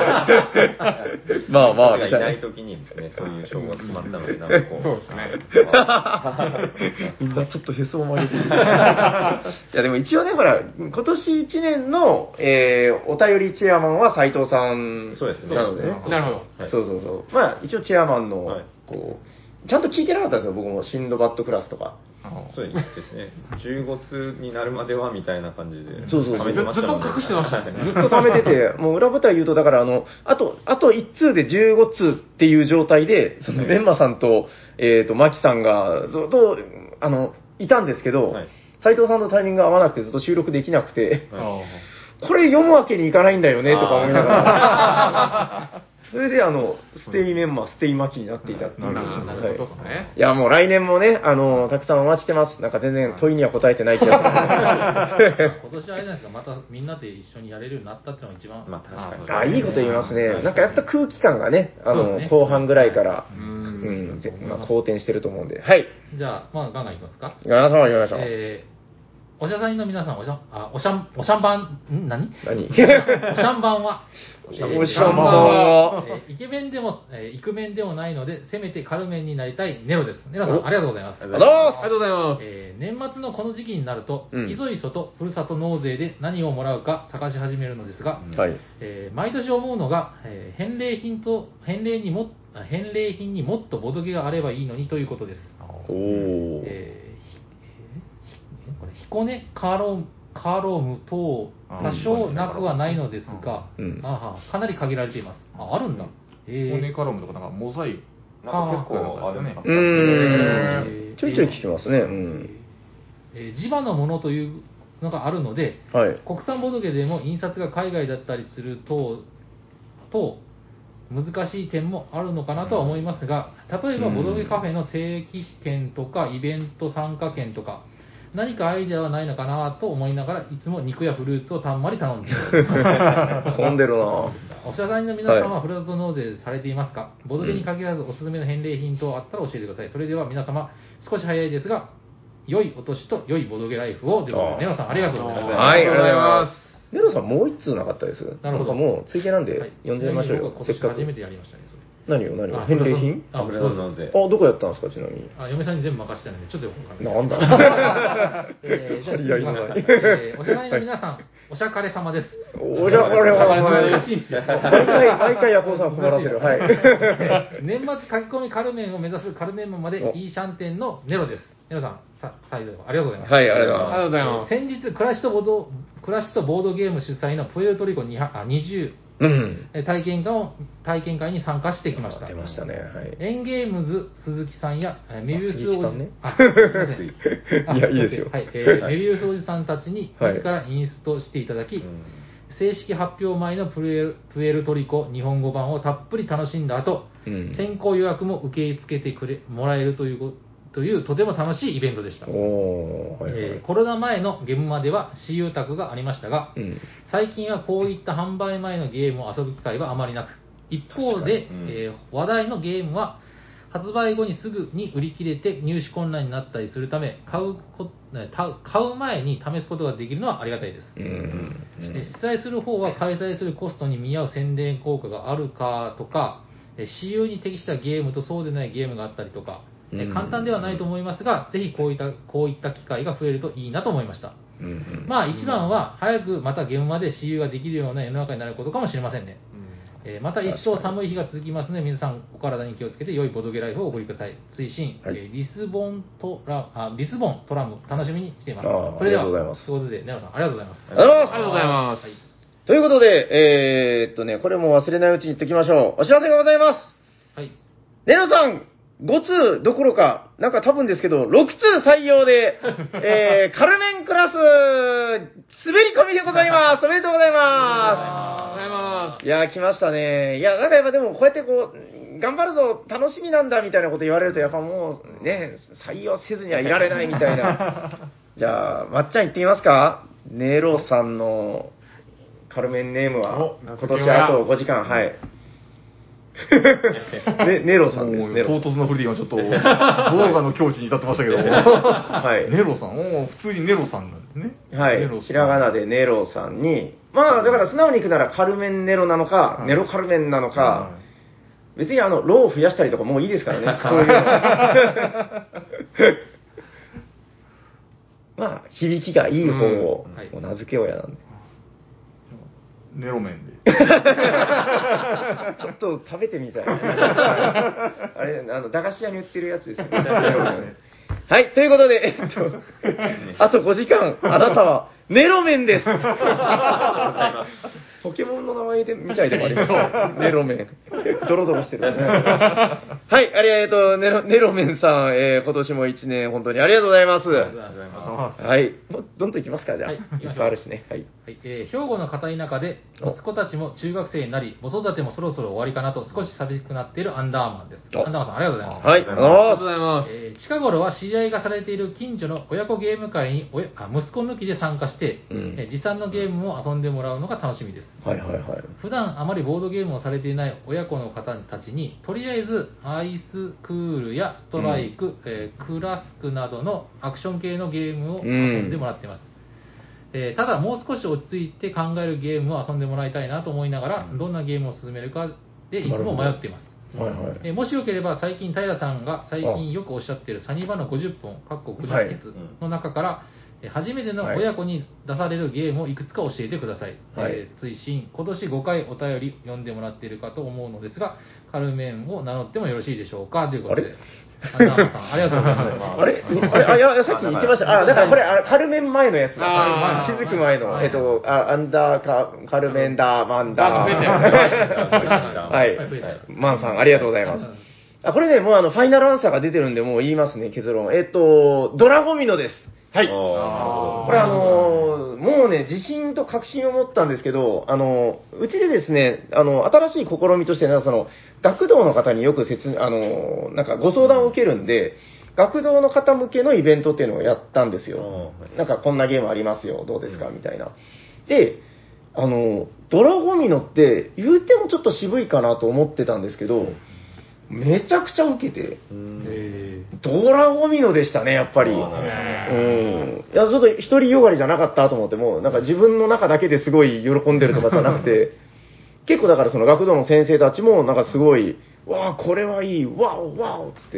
まあまあ、みたいながいない。時にですね、そういう賞が決まったので、なんかこう。 そうですね。 みんなちょっとへそを曲げてる。いや、でも一応ね、ほら、今年いちねんの、えー、お便りチェアマンは斉藤さんそうですねなのでね。 なるほど。 はいそうそうそう。まあ、一応チェアマンの、 はいこう、ちゃんと聞いてなかったんですよ、僕も。シンドバッドクラスとか。 そうですね、じゅうごつになるまではみたいな感じで、 そうそうそう貯めてましたもんねずっと隠してましたねずっと貯めてて、もう裏舞台言うと、だからあの、あと、あといち通でじゅうご通っていう状態で、そのメンマさんと、えっ、と、マキさんが、ずっと、あの、いたんですけど、 はい斉藤さんとタイミングが合わなくてずっと収録できなくて、 はこれ読むわけにいかないんだよね、とか思いながら。 それであの、ステイメンマー、ステイマキになっていたっていう。 なるほどはいそういうことですねいや、もう来年もね、あの、たくさんお待ちしてます。なんか全然問いには答えてない気がする。 今年はあれなんですが、またみんなで一緒にやれるようになったっていうのが一番、 まあ確かにあ、いいこと言いますね。なんかやっと空気感がね、あの、 そうですね後半ぐらいから、 ううんん、ぜまあ、 そう思います好転してると思うんで。はい。 じゃあ、まあ、ガンガンいきますか。 皆様行きましょう。 えー、おしゃさんの皆さん、おしゃ、あ、おしゃん、おしゃんばん、ん何何おしゃんばんは、 おしゃんばんはえーイケメンでも、えーイクメンでもないので、せめてカルメンになりたいネロです。ネロさん、ありがとうございます。 ありがとうございますありがとうございます。 えー年末のこの時期になると、 うんいそいそとふるさと納税で何をもらうか探し始めるのですが、 はい。 えー毎年思うのが、えー返礼品と返礼にもあ返礼品にもっとボドゲがあればいいのにということです。 おー。 えーひえーこれ彦根カーロムカーロム等多少なくはないのですが、 うんあはかなり限られています。ああるんだ。えコネーカロムとかなんかモザイク。 なんか結構あるねうーえーん。ちょいちょい聞きますね。うん。 えー地場のものというのがあるので、 はい。 国産ボドゲでも印刷が海外だったりすると、と難しい点もあるのかなとは思いますが、例えばボドゲカフェの定期券とかイベント参加券とか、何かアイデアはないのかなと思いながら、いつも肉やフルーツをたんまり頼んでいます。 飛んでるなおしゃさんの皆さんはふるさと納税されていますか、ボドゲに限らずおすすめの返礼品等あったら教えてください。それでは皆様、少し早いですが、良いお年と良いボドゲライフをということで、ネロさんありがとうございます。 はい、ありがとうございあま。 ますネロさんもう一通なかったです。 なるほどんかもうついでなんではい呼んじゃいましょうよ。 ちせっかく。 なみに僕は今年初めてやりましたね、それ。 何を何をあ返礼品あ、 油そうです。 の納税あ、どこやったんですか、ちなみに。 あ、嫁さんに全部任せてたので、ちょっとよくわかんない。 なんだえー、じゃあ、 張り合いのない次行きますかえーおしゃがりの皆さん、おしゃかれ様です。 おじゃこれは、 難しいんですよ。 毎回、毎回ヤコウさん困らせる。はい。 年末書き込みカルメンを目指すカルメンマまでおいいシャンテンのネロです。ネロさん、さ再度ありがとうございます。 はい、ありがとうございありがとうございます。 先日、暮らしとボード、暮らしとボードゲーム主催のプエルトリコにあにじゅうます。うん。 え体験会を体験会に参加してきました。 出ましたね。はい。 エンゲームズ鈴木さんやえーメビウスおじ鈴木さんねあすいませんあいやいいですよはい、えーメビウスおじさんたちにはい自らインストしていただき、 うん正式発表前のプエルプエルトリコ日本語版をたっぷり楽しんだ後、 うん先行予約も受け付けてくれもらえるというこというとても楽しいイベントでした。 おー、はいはい。 えーコロナ前のゲームまでは私有宅がありましたが、 うん。 最近はこういった販売前のゲームを遊ぶ機会はあまりなく、一方で、 確かにうんえー話題のゲームは発売後にすぐに売り切れて入手困難になったりするため、買うこえーた買う前に試すことができるのはありがたいです。 うんうんえー主催する方は開催するコストに見合う宣伝効果があるかとか、えー私有に適したゲームとそうでないゲームがあったりとか、えーうん簡単ではないと思いますが、ぜひこういったこういった機会が増えるといいなと思いました。 うんうん。 まあ一番は早くまた現場で私有ができるような世の中になることかもしれませんね。えーまた一層寒い日が続きますので、皆さんお体に気をつけて良いボドゲライフをお送りください。推進、 はいえーリスボントラあリスボントラム楽しみにしています。 あーそれではありがとうございますということで、ネロさんありがとうございます。 ありがとうございますありがとうございます。 はいということで、えー、っとね、これも忘れないうちに言っておきましょう。お知らせがございます。 はい。 ネロさん、ご通どころか、なんか多分ですけど、ろく通採用で、えー、カルメンクラス、滑り込みでございます。おめでとうございま。 ありがとうございますいやー、来ましたね。いや、なんかやっぱでも、こうやってこう、頑張るぞ、楽しみなんだ、みたいなこと言われると、やっぱもう、ね、採用せずにはいられないみたいな。じゃあ、まっちゃん行ってみますか？ネロさんのカルメンネームはお、 今年あとごじかん、はい。ね、ネロさんです、 もうネロ唐突な振りで今ちょっと、動画の境地に至ってましたけど、 はいネロさん、おー普通にネロさんなんですね。 はいネロ。さんひらがなでネロさんに、まあ、だから素直にいくならカルメンネロなのか、 はいネロカルメンなのか、 は別にあの、ローを増やしたりとかもういいですからね、そういうの。まあ、響きがいい方をうんはいお名付け親なんで。 いネロ麺で。 ちょっと食べてみたい。あれ、あの、駄菓子屋に売ってるやつですよね。はい、ということで、えっと、あとごじかん、あなたはネロメンです。ポケモンの名前でみたいでもありますね。ネロメン。ドロドロしてる。 はい、ありがとう、ネロ、ネロメンさん、えー、今年も一年本当にありがとうございます。 ありがとうございます。 はい。もうどんどんいきますか、じゃあ。 はい行きましょういっぱいあるしね。はい。 はいえー兵庫の片田舎で息子たちも中学生になり子育てもそろそろ終わりかなと少し寂しくなっているアンダーマンです。 おアンダーマンさんありがとうございます。 はい、ありがとうございありがとうます。 ございます。 えー近頃は知り合いがされている近所の親子ゲーム会に親あ息子抜きで参加して、 うんえー持参のゲームを遊んでもらうのが楽しみです。 はいはいはい。 普段あまりボードゲームをされていない親子の方たちにとりあえずアイスクールやストライク、えークラスクなどのアクション系のゲームを遊んでもらっています、えーただもう少し落ち着いて考えるゲームを遊んでもらいたいなと思いながらどんなゲームを進めるかでいつも迷っています。 はいはい。 えーもしよければ最近平さんが最近よくおっしゃっているサニバのごじゅっぽんかっこごじゅっけつの中から、えー初めての親子に出されるゲームをいくつか教えてください、 はいえー追伸今年ごかいお便り読んでもらっているかと思うのですがカルメンを名乗ってもよろしいでしょうかということでアンダーマンさんありがとうございますあれあれあ、いや、さっき言ってました。あ、だからこれ、あカルメン前のやつだ。 あー気づく前の、 はいえっと、あアンダーカ、カルメンダー、マンダー。 あ増えてるはい。マンさん、ありがとうございます。あ、これね、もうあの、ファイナルアンサーが出てるんで、もう言いますね、結論。えっと、ドラゴミノです。はい。これあのーもうね、自信と確信を持ったんですけど、あのーうちでですね、あの、新しい試みとして、なんかその、学童の方によく説、あのーなんかご相談を受けるんで、学童の方向けのイベントっていうのをやったんですよ。なんかこんなゲームありますよ、どうですか、みたいな。で、あの、ドラゴミノって言うてもちょっと渋いかなと思ってたんですけど、めちゃくちゃ受けて、ドラゴミノでしたね、やっぱり。うん。いや、ちょっと一人よがりじゃなかったと思っても、なんか自分の中だけですごい喜んでるとかじゃなくて、結構だからその学童の先生たちもなんかすごい、わあ、これはいい、わお、わおっつって、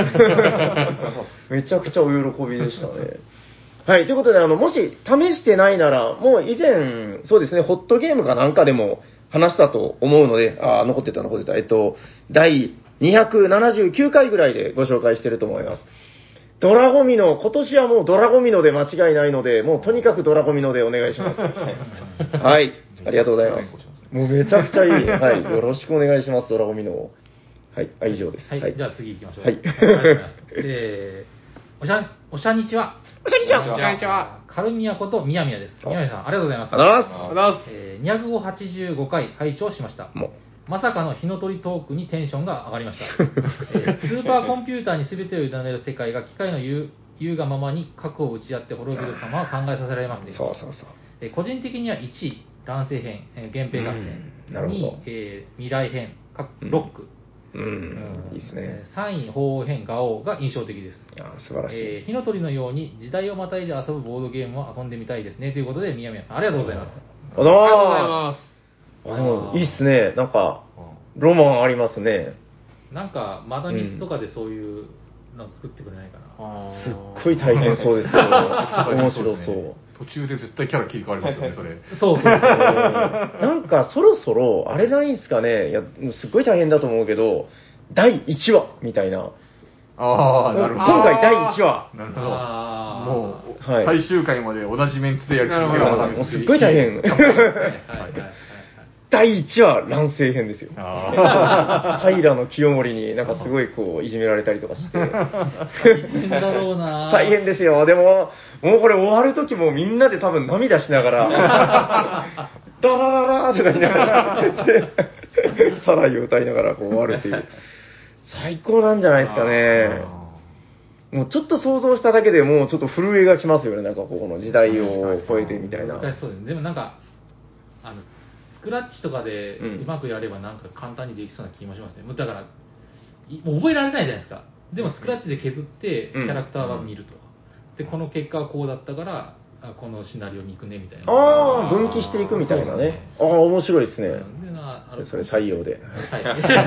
めちゃくちゃお喜びでしたね。はい、ということで、あの、もし試してないなら、もう以前、そうですね、ホットゲームかなんかでも話したと思うので、あ、残ってた、残ってた。えっと、だいにひゃくななじゅうきゅうかいぐらいでご紹介してると思います。ドラゴミノ、今年はもうドラゴミノで間違いないので、もうとにかくドラゴミノでお願いします。はい、ありがとうございます。もうめちゃくちゃいい。はい、よろしくお願いします、ドラゴミノを。はい、あ以上です。 はい、じゃあ次行きましょう。 はいありがとうございます。えー、おしゃ、おしゃにちは。 おしゃにちはこんにちは。 カルミヤことみやみやです。みやみやさん、ありがとうございます。 ありがとうございありがとうございます。 えー、にひゃくはちじゅうごかい拝聴しました。 もうまさかの火の鳥トークにテンションが上がりました。えースーパーコンピューターに全てを委ねる世界が機械の言う言うがままに核を打ち合って滅びる様を考えさせられますね。 そうそうそう。 えー個人的にはいちい、乱世編、えー源平合戦。 うんなるほどにい、えー未来編、かロック。 うん、 うんいいですね。 さんい、鳳凰編、ガオが印象的です。 あ素晴らしい。 えー火の鳥のように時代をまたいで遊ぶボードゲームを遊んでみたいですね。ということで、宮宮さん、ありがとうございます。 ありがとうごありがとうございざいます。 ます。あ、でも、いいっすね。なんか、ロマンありますね。 なんか、マダミスとかでそういうの作ってくれないかな。 すっごい大変そうですけど、面白そう。 途中で絶対キャラ切り替わりますよね、それ。 そうそうそう。 なんか、そろそろ、あれないんすかね。いや、すっごい大変だと思うけど、だいいちわみたいな。 ああ、なるほど。 今回だいいちわ。 なるほど。 あーもう、 はい最終回まで同じメンツでやり続けるなるほどもうすっごい大変。 はいはいはいはい。 だいいちわ、乱世編ですよ。 あ平清盛になんかすごいこう、いじめられたりとかして。 大変だろうな大変ですよ。でも、もうこれ終わるときもみんなで多分涙しながら、ダラララーとか言いながら、でサライを歌いながらこう終わるっていう。最高なんじゃないですかね。もうちょっと想像しただけでもうちょっと震えがきますよね。なんかこの時代を超えてみたいな。 難しそうですね。でもなんか、あの、スクラッチとかでうんうまくやればなんか簡単にできそうな気もしますね。もうだから、いもう覚えられないじゃないですか。でもスクラッチで削ってキうんャラクターは見ると。で、この結果はこうだったから、あこのシナリオに行くねみたいな。 ああ、分岐していくみたいなね。ああ、面白いですね。 うんでなあるそれ採用で。 はい。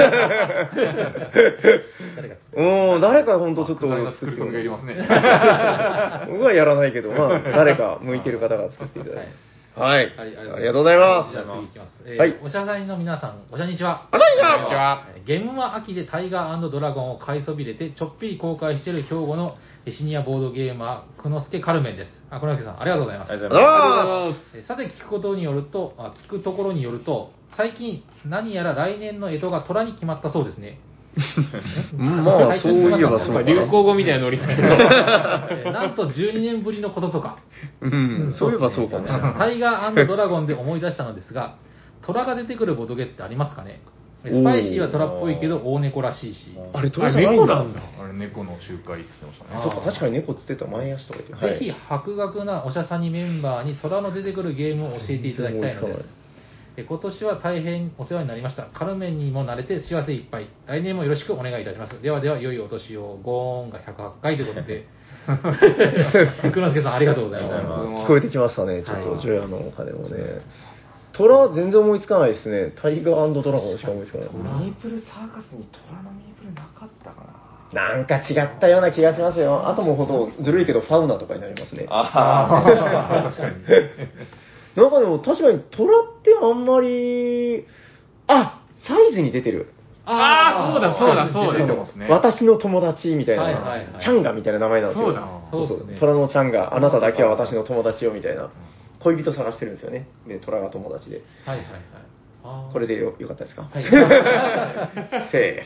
誰が作るうん、誰か本当ちょっと巨大な作り込みがいりますね。 僕はやらないけど、まあ、誰か向いてる方が作っていただいて。はい。 はい、 ありがとうございますじゃ。あ次いきます。えーはいおしゃさんの皆さん、おしゃにちは。 おしゃにちはこんにちは。 えーゲームは秋でタイガードラゴンを買いそびれて、ちょっぴり公開している兵庫のシニアボードゲーマー、久之助カルメンです。あ、久之助さん、ありがとうございます。 ありがとうございます。 あありがとうございます。 えーさて聞くことによると、あ聞くところによると、最近何やら来年の干支が虎に決まったそうですね。 まあ、そういえばそうかな。 流行語みたいなノリですけど。 えーなんとじゅうにねんぶりのこととか。 うん、そういえばそうかもしれない。 タイガードラゴンで思い出したのですが、虎が出てくるボドゲってありますかね？スパイシーは虎っぽいけど大猫らしいし。 あれ、 あ虎じゃないんだ。 猫なんだ。 あれ、猫の集会って言ってましたね。 そうか、確かに猫っつってた。前足とか言って。 ぜひ博学なおしゃさにメンバーに虎の出てくるゲームを教えていただきたいのです。え今年は大変お世話になりました。カルメンにも慣れて幸せいっぱい。来年もよろしくお願いいたします。ではでは、良いお年を。ゴーンがひゃくはちかいということで、福之助さんありがとうございます。 聞こえてきましたね、ちょっと、 はいジョヤのお金もね。虎、全然思いつかないですね。タイガードラゴンしか思いつかない。 ミープルサーカスに虎のミープルなかったかな。 なんか違ったような気がしますよ。あともほどずるいけど、ファウナとかになりますね。 あ確かに。 なんかでも、確かに虎ってあんまり、あ、サイズに出てる。 ああ、そうだ、そうだ、そうだ。 出てますね。 私の友達みたいな、 はいはいはいチャンガみたいな名前なんですよ。 そうだそうそうそうですね虎のチャンガ、あなただけは私の友達よみたいな。恋人探してるんですよね。で、虎が友達で。 はいはいはい。あーこれでよよかったですか、 はい。 セ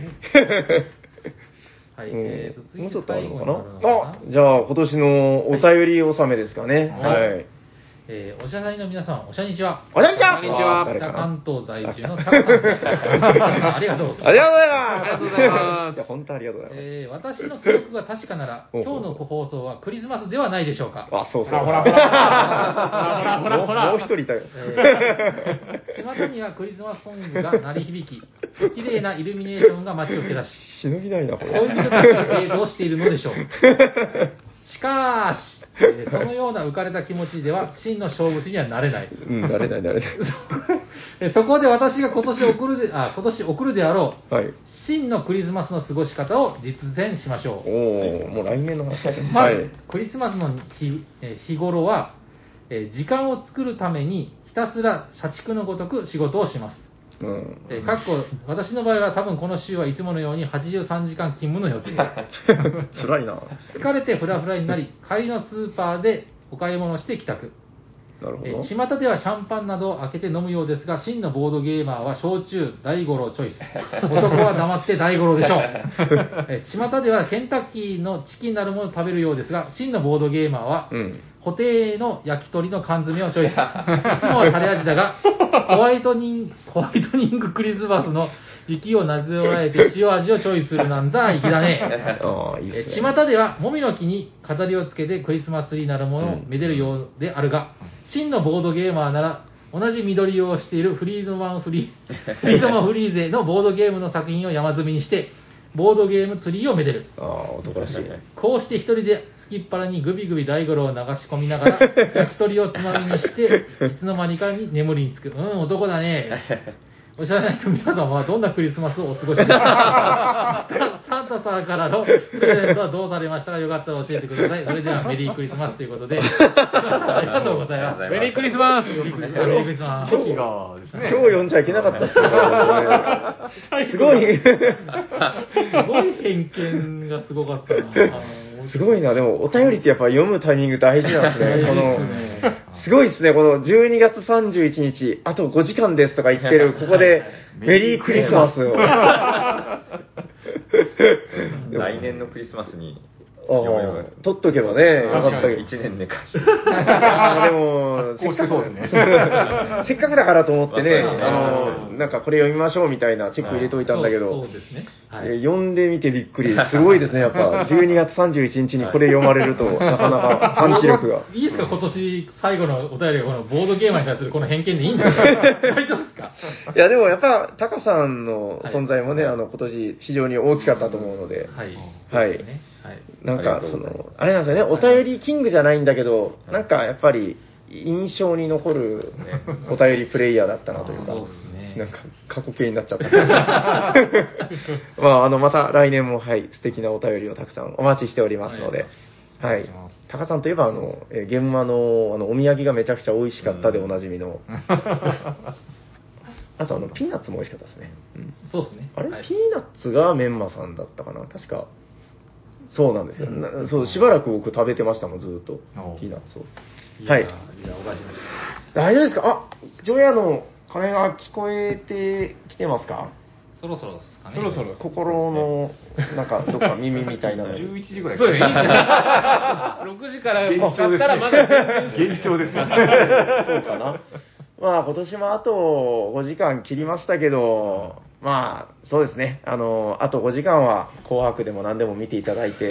はい、 ーフ。うんえーと、次もうちょっとあるのかな最後になるのかあ、じゃあ今年のお便り納めですかね。は。 はいいえーおしゃさりの皆さん、おしゃにちは。 おしゃにちはこんにちは北誰かな関東在住のタカさんです。ありがとうございます。 ありがとうございます。 ありがとうございますいや、本当ありがとうございます。 えー私の記憶が確かなら、 ほうほう今日の放送はクリスマスではないでしょうか。 あ、そうそう。 ほらほらほらほらほらほらもうもう一人いたよ。 えー巷にはクリスマスソングが鳴り響き、綺麗なイルミネーションが街を照らし、 しのぎないな、これ。 恋人たちがデートをしているのでしょう。しかし、えーそのような浮かれた気持ちでは真の勝負師にはなれない。 うん、慣れない、慣れない。 えーそこで私が今年送るで、あ、今年送るであろう、 はい。 真のクリスマスの過ごし方を実践しましょう。 おお、もう来年の話だね。 まず、 はい。 クリスマスの日えー日頃は、えー時間を作るためにひたすら社畜のごとく仕事をします。 うん。 えーかっこ私の場合は多分この週はいつものようにはちじゅうさんじかん勤務の予定。 辛いな。 疲れてフラフラになり、帰りのスーパーでお買い物して帰宅。 なるほど。 えー巷ではシャンパンなどを開けて飲むようですが、真のボードゲーマーは焼酎、大五郎チョイス。男は黙って大五郎でしょう。えー巷ではケンタッキーのチキンなるものを食べるようですが、真のボードゲーマーは、 うん。 固定の焼き鳥の缶詰をチョイス。いつもはタレ味だが、ホワイトニング、ホワイトニングクリスマスの雪をなぞらえて塩味をチョイスするなんざ粋だね。 ああ、いいえですね。 巷では、もみの木に飾りをつけてクリスマスツリーなるものをめでるようであるが、真のボードゲーマーなら、同じ緑色をしているフリーズマンフリー、フリーズマンフリーゼのボードゲームの作品を山積みにして、ボードゲームツリーをめでる。 ああ、男らしい。 こうして一人ですきっ腹にグビグビ大五郎を流し込みながら、焼き鳥をつまみにして、いつの間にかに眠りにつく。うん、男だね。お知らないと皆さんはどんなクリスマスをお過ごしですか？サンタさんからのプレゼントはどうされましたか？よかったら教えてください。それではメリークリスマスということで、ありがとうございます。 メリークリスマスメリークリスマス。メリークリスマス。 時がですね。 今日読んじゃいけなかったっすね。すごい。 すごい偏見がすごかったな。 すごいな。でも、お便りってやっぱ読むタイミング大事なんですね。こ大事ですの、 ね。 すごいですね。このじゅうにがつさんじゅういちにち、あとごじかんですとか言ってる、ここで、メリークリスマスを。 来年のクリスマスにああ、取っとけばね、よかったけど。 いちねん寝かして。 ああ、でも、 こうしてそうですね。 せっかくだからと思ってね、 まあそうですねあの、なんかこれ読みましょうみたいなチェック入れといたんだけそうどそう、ですね。はえーい。 読んでみてびっくり。すごいですね、やっぱ。じゅうにがつさんじゅういちにちにこれ読まれると、なかなかパンチ力が。 いいですか、今年最後のお便りがこのボードゲーマーに対するこの偏見でいいんですか？大丈夫ですか？ いや、でもやっぱ、タカさんの存在もね、あの、今年非常に大きかったと思うので、 はい。 はいそうですねはい。 なんかありが、とそうございますの、あれなんですよね、お便りキングじゃないんだけど、なんかやっぱり、印象に残るお便りプレイヤーだったなというか、 そうですねなんか過去形になっちゃった。まあ、あの、また来年も、はい、素敵なお便りをたくさんお待ちしておりますので、はい。タカさんといえば、あの、えー現場の、あの、お土産がめちゃくちゃ美味しかったでおなじみの、あと、あの、ピーナッツも美味しかったですね。うんそうですね。 あれ、 はいピーナッツがメンマさんだったかな確か。そうなんですよ。なそう、しばらく僕食べてましたもん、ずーっとお。 ピーナッツを。 やはいいや、おかしい大丈夫ですかあ、ジョヤの鐘が聞こえてきてますかそろそろですかね。 そろそろ。 心の、なんか、どっか耳みたいなの。 じゅういちじぐらいそうですね、いいですね。ろくじから向かったらまだ全然現状ですね。 そうかな。まあ、今年もあとごじかん切りましたけど、まあ、そうですね。あの、あとごじかんは紅白でも何でも見ていただいて、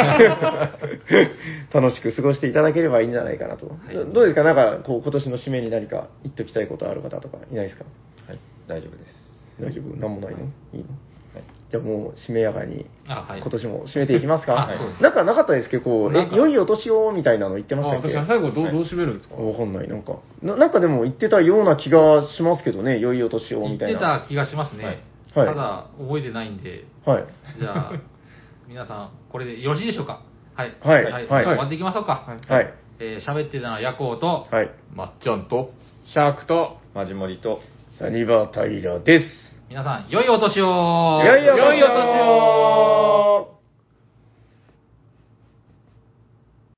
楽しく過ごしていただければいいんじゃないかなと。 はいどどうですかなんか、こう、今年の締めに何か言っときたいことある方とかいないですか？ はい、大丈夫です。 大丈夫なんもないのいいの、はい、じゃあもう、締めやかに、 あ、はい。 今年も締めていきますか？ あそうですなんかなかったですけど、こう、え、 なんか良いお年をみたいなの言ってまあしたっけ？ 私は最後どう、どう締めるんですか？ わかんない、なんかな。なんかでも言ってたような気がしますけどね、良いお年を言ってみたいな。 た気がしますね。 はいただ、覚えてないんで、 はい。 じゃあ、皆さん、これでよろしいでしょうか？はい。 はいはい。 はい終わっていきましょうか。 はい。 えー喋ってたのはヤコウと、 はい。 まっちゃんと、 シャークと、 マジモリと、 サニバタイラです。 皆さん、良いお年を。 良いお年を。 良いお年を。